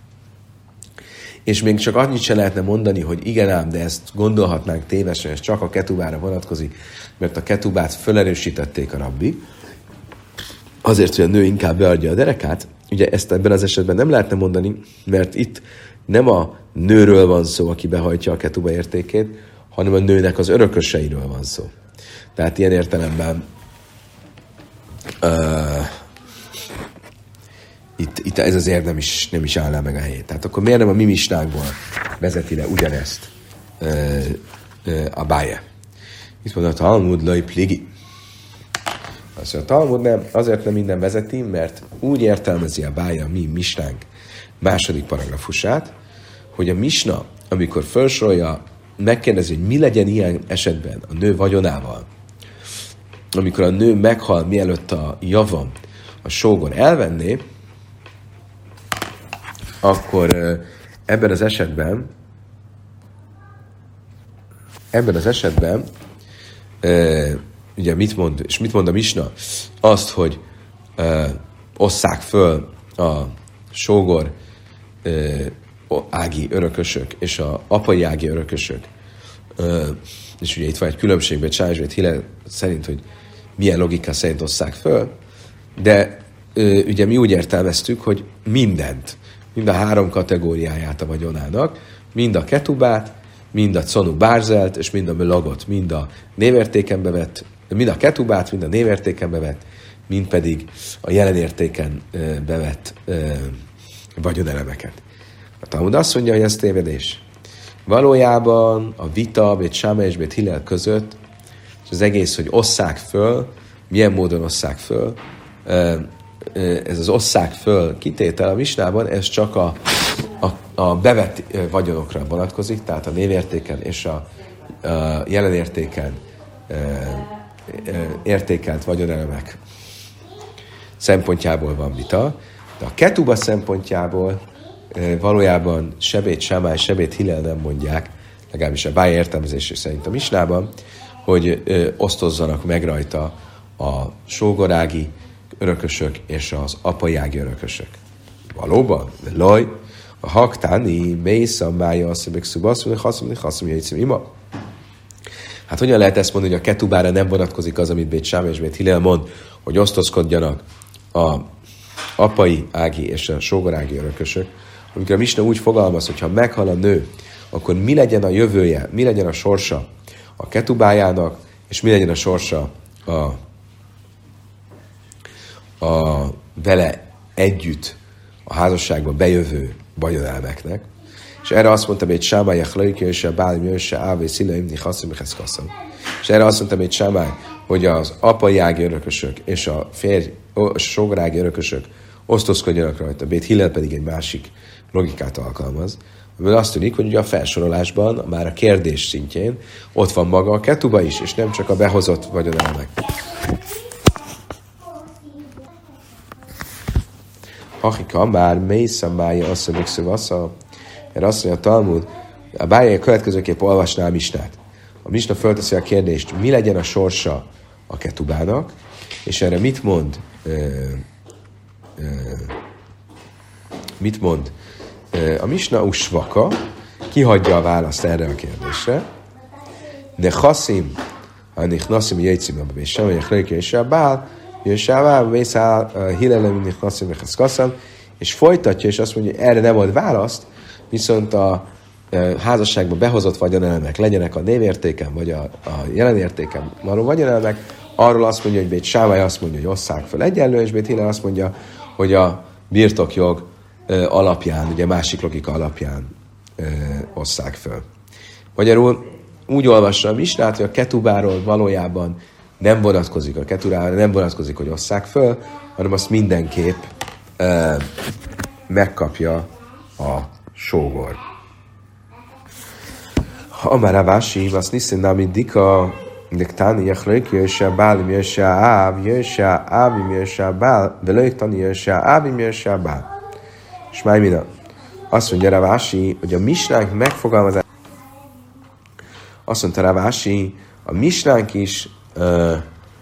és még csak annyit se lehetne mondani, hogy igen ám, de ezt gondolhatnánk tévesen, ez csak a ketubára vonatkozik, mert a ketubát felerősítették a rabbi, azért, hogy a nő inkább beadja a derekát, ugye ezt ebben az esetben nem lehetne mondani, mert itt nem a nőről van szó, aki behajtja a ketuba értékét, hanem a nőnek az örököseiről van szó. Tehát ilyen értelemben uh, itt, itt ez azért nem is, nem is állná meg a helyét. Tehát akkor miért nem a mi misnánkból vezeti le ugyanezt uh, uh, a Báje? Itt mondja, a Talmud lőj pligi. Azt mondja, a Talmud nem, azért nem minden vezeti, mert úgy értelmezi a Báje a mi misnánk második paragrafusát, hogy a misna, amikor felsorolja, megkérdezi, hogy mi legyen ilyen esetben a nő vagyonával, amikor a nő meghal, mielőtt a javam, a sógor elvenné, akkor ebben az esetben ebben az esetben e, ugye mit mond, és mit mond a Misna? Azt, hogy e, osszák föl a sógor e, ági örökösök és a apai ági örökösök. E, és ugye itt van egy különbség, mert Sájzsvét Hillel szerint, hogy milyen logika szerint osszák föl, de e, ugye mi úgy értelmeztük, hogy mindent, mind a három kategóriáját a vagyonának, mind a ketubát, mind a conu bárzelt, és mind a melagot, mind a névértéken bevett, mind a ketubát, mind a névértéken bevett, mind pedig a jelenértéken bevett vagyonelemeket. A Talmud azt mondja, hogy ez tévedés. Valójában a vita Bét Sámai és Bét Hillel között, és az egész, hogy osszák föl, milyen módon osszák föl, ez az osszák föl kitétel a Misnában, ez csak a, a, a bevett vagyonokra vonatkozik, tehát a névértéken és a, a jelenértéken e, e, értékelt vagyonelemek szempontjából van vita, de a ketuba szempontjából e, valójában se Bét Sámai, se Bét Hillel nem mondják, legalábbis a Báj értelmezése szerint a Misnában, hogy e, osztozzanak meg rajta a sógorági örökösök és az apai ági örökösök. Valóban? Laj, a haktáni, mésza, mája, asszabek, szubaszul, haszom, haszom, jöjjtszim, ima. Hát hogyan lehet ezt mondani, hogy a ketubára nem vonatkozik az, amit Bét Sámai és Bét Hillel mond, hogy osztozkodjanak a apai ági és a sógorági örökösök, amikor a Misna úgy fogalmaz, hogy ha meghal a nő, akkor mi legyen a jövője, mi legyen a sorsa a ketubájának, és mi legyen a sorsa a a vele együtt a házasságba bejövő vagyonelmeknek. És erre azt mondtam, hogy Sámai Echlaikja és a Bálim Jösse Ávé Szileimni Haszimikhez Kaszam. És erre azt mondtam, hogy Sámai, hogy az apai ági örökösök és a férj, a sógorági örökösök osztozkodjanak rajta, Bét Hillel pedig egy másik logikát alkalmaz. Amiből azt tűnik, hogy ugye a felsorolásban, már a kérdés szintjén ott van maga a ketuba is, és nem csak a behozott vagyonelemek. Hachika, már mésza, mája, assza, mixu, vassza. Erre azt mondja a Talmud, a Bájai következőképp olvasná a Misnát. A Misna fölteszi a kérdést, mi legyen a sorsa a ketubának, és erre mit mond, ö, ö, mit mond ö, a Misna usvaka, kihagyja a választ erre a kérdésre, de chaszim, ha nichnasszim jöjtszim abba, és sem, hogy és a bál, és a Hillel és folytatja, és azt mondja, hogy erre nem ad választ, viszont a házasságban behozott vagyonelemek legyenek a névértéken, vagy a, a jelenértéken való vagyonelemek, arról azt mondja, hogy Bét Sámai azt mondja, hogy osszák fel egyenlő, és Bét Hillel azt mondja, hogy a birtokjog alapján, ugye másik logika alapján osszák föl. Magyarul úgy olvassa a Misnát, hogy a ketubáról valójában nem vonatkozik a keturára, nem vonatkozik, hogy osszák föl, hanem azt mindenképp e, megkapja a sógor. Ha már a vási, azt nisztén nem dika, nektáni jachlők, jöjjse a bálim, jöjjse a áv, jöjjse a ávim, jöjjse a bál, velőktani, jöjjse a ávim, jöjjse a bál. És már mina? Azt mondja Ravási, hogy a misnánk megfogalmazás. Azt mondta Ravási, a misnánk is Uh,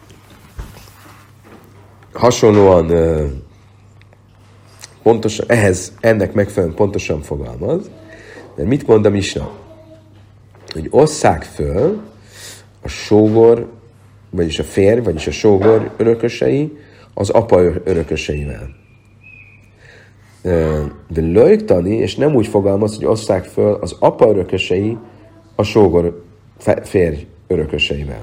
hasonlóan uh, pontosan, ehhez, ennek megfelelően pontosan fogalmaz, de mit mond a Misna? Hogy osszák föl a sógor, vagyis a férj, vagyis a sógor örökösei az apa örököseivel. Uh, de löjtani, és nem úgy fogalmaz, hogy osszák föl az apa örökösei a sógor férj örököseivel.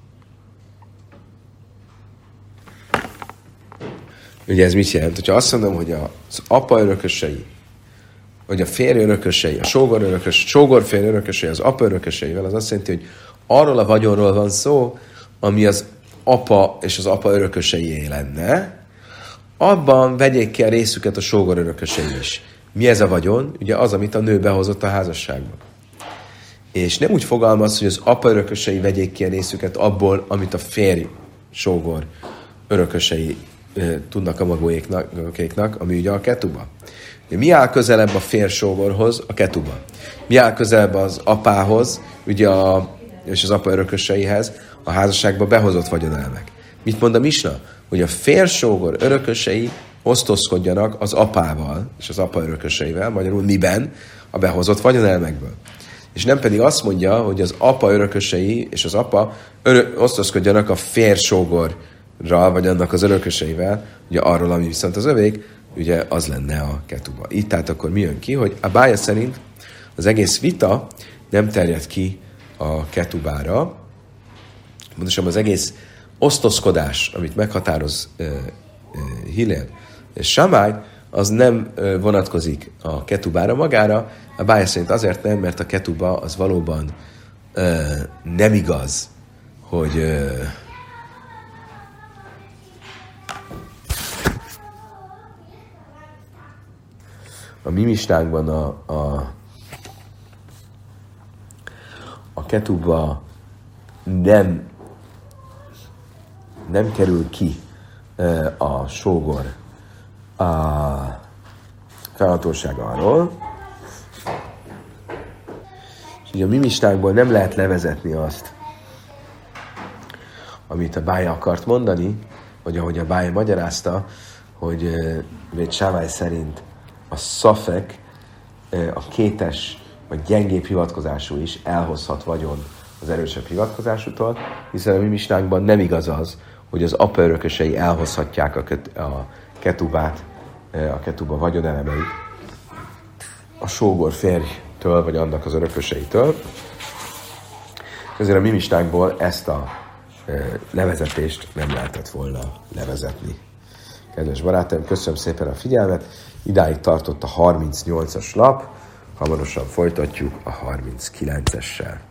Ugye ez mit jelent? Hogyha azt mondom, hogy az apa örökösei, vagy a férj örökösei, a sógor örökös, sógorférj örökösei, az apa örököseivel, az azt jelenti, hogy arról a vagyonról van szó, ami az apa és az apa örököseié lenne, abban vegyék ki a részüket a sógor örökösei is. Mi ez a vagyon? Ugye az, amit a nő behozott a házasságba. És nem úgy fogalmaz, hogy az apa örökösei vegyék ki a részüket abból, amit a férj sógor örökösei tudnak a magóéknak, ami ugye a ketuba. Mi áll közelebb a félsógorhoz? A ketuba. Mi áll közelebb az apához, ugye a, és az apa örököseihez, a házasságba behozott vagyonelmek. Mit mond a Misna? Hogy a félsógor örökösei osztozkodjanak az apával, és az apa örököseivel, magyarul miben? A behozott vagyonelmekből. És nem pedig azt mondja, hogy az apa örökösei és az apa örö- osztozkodjanak a félsógorral, vagy annak az örököseivel, ugye arról, ami viszont az övék, ugye az lenne a ketuba. Így tehát akkor mi jön ki, hogy a Bája szerint az egész vita nem terjed ki a ketubára, pontosan az egész osztozkodás, amit meghatároz uh, uh, Hillel és Samály, az nem uh, vonatkozik a ketubára magára. A Bája szerint azért nem, mert a ketuba az valóban uh, nem igaz, hogy uh, a mi misnánkban a, a, a ketuba nem nem kerül ki uh, a sógor a felhatóság arról. És ugye a mi misnánkból nem lehet levezetni azt, amit a Bája akart mondani, vagy ahogy a Bája magyarázta, hogy uh, Bét Sámály szerint a szafek, uh, a kétes vagy gyengébb hivatkozású is elhozhat vagyon az erősebb hivatkozásútól, hiszen a mi misnánkban nem igaz az, hogy az apa örökösei elhozhatják a, ket, a ketubát, a ketuba vagyonelemeit a sógor férjtől, vagy annak az örököseitől. Ezért a mi misnánkból ezt a levezetést nem lehetett volna levezetni. Kedves barátaim, köszönöm szépen a figyelmet. Idáig tartott a harmincnyolcas lap, hamarosan folytatjuk a harminckilencessel.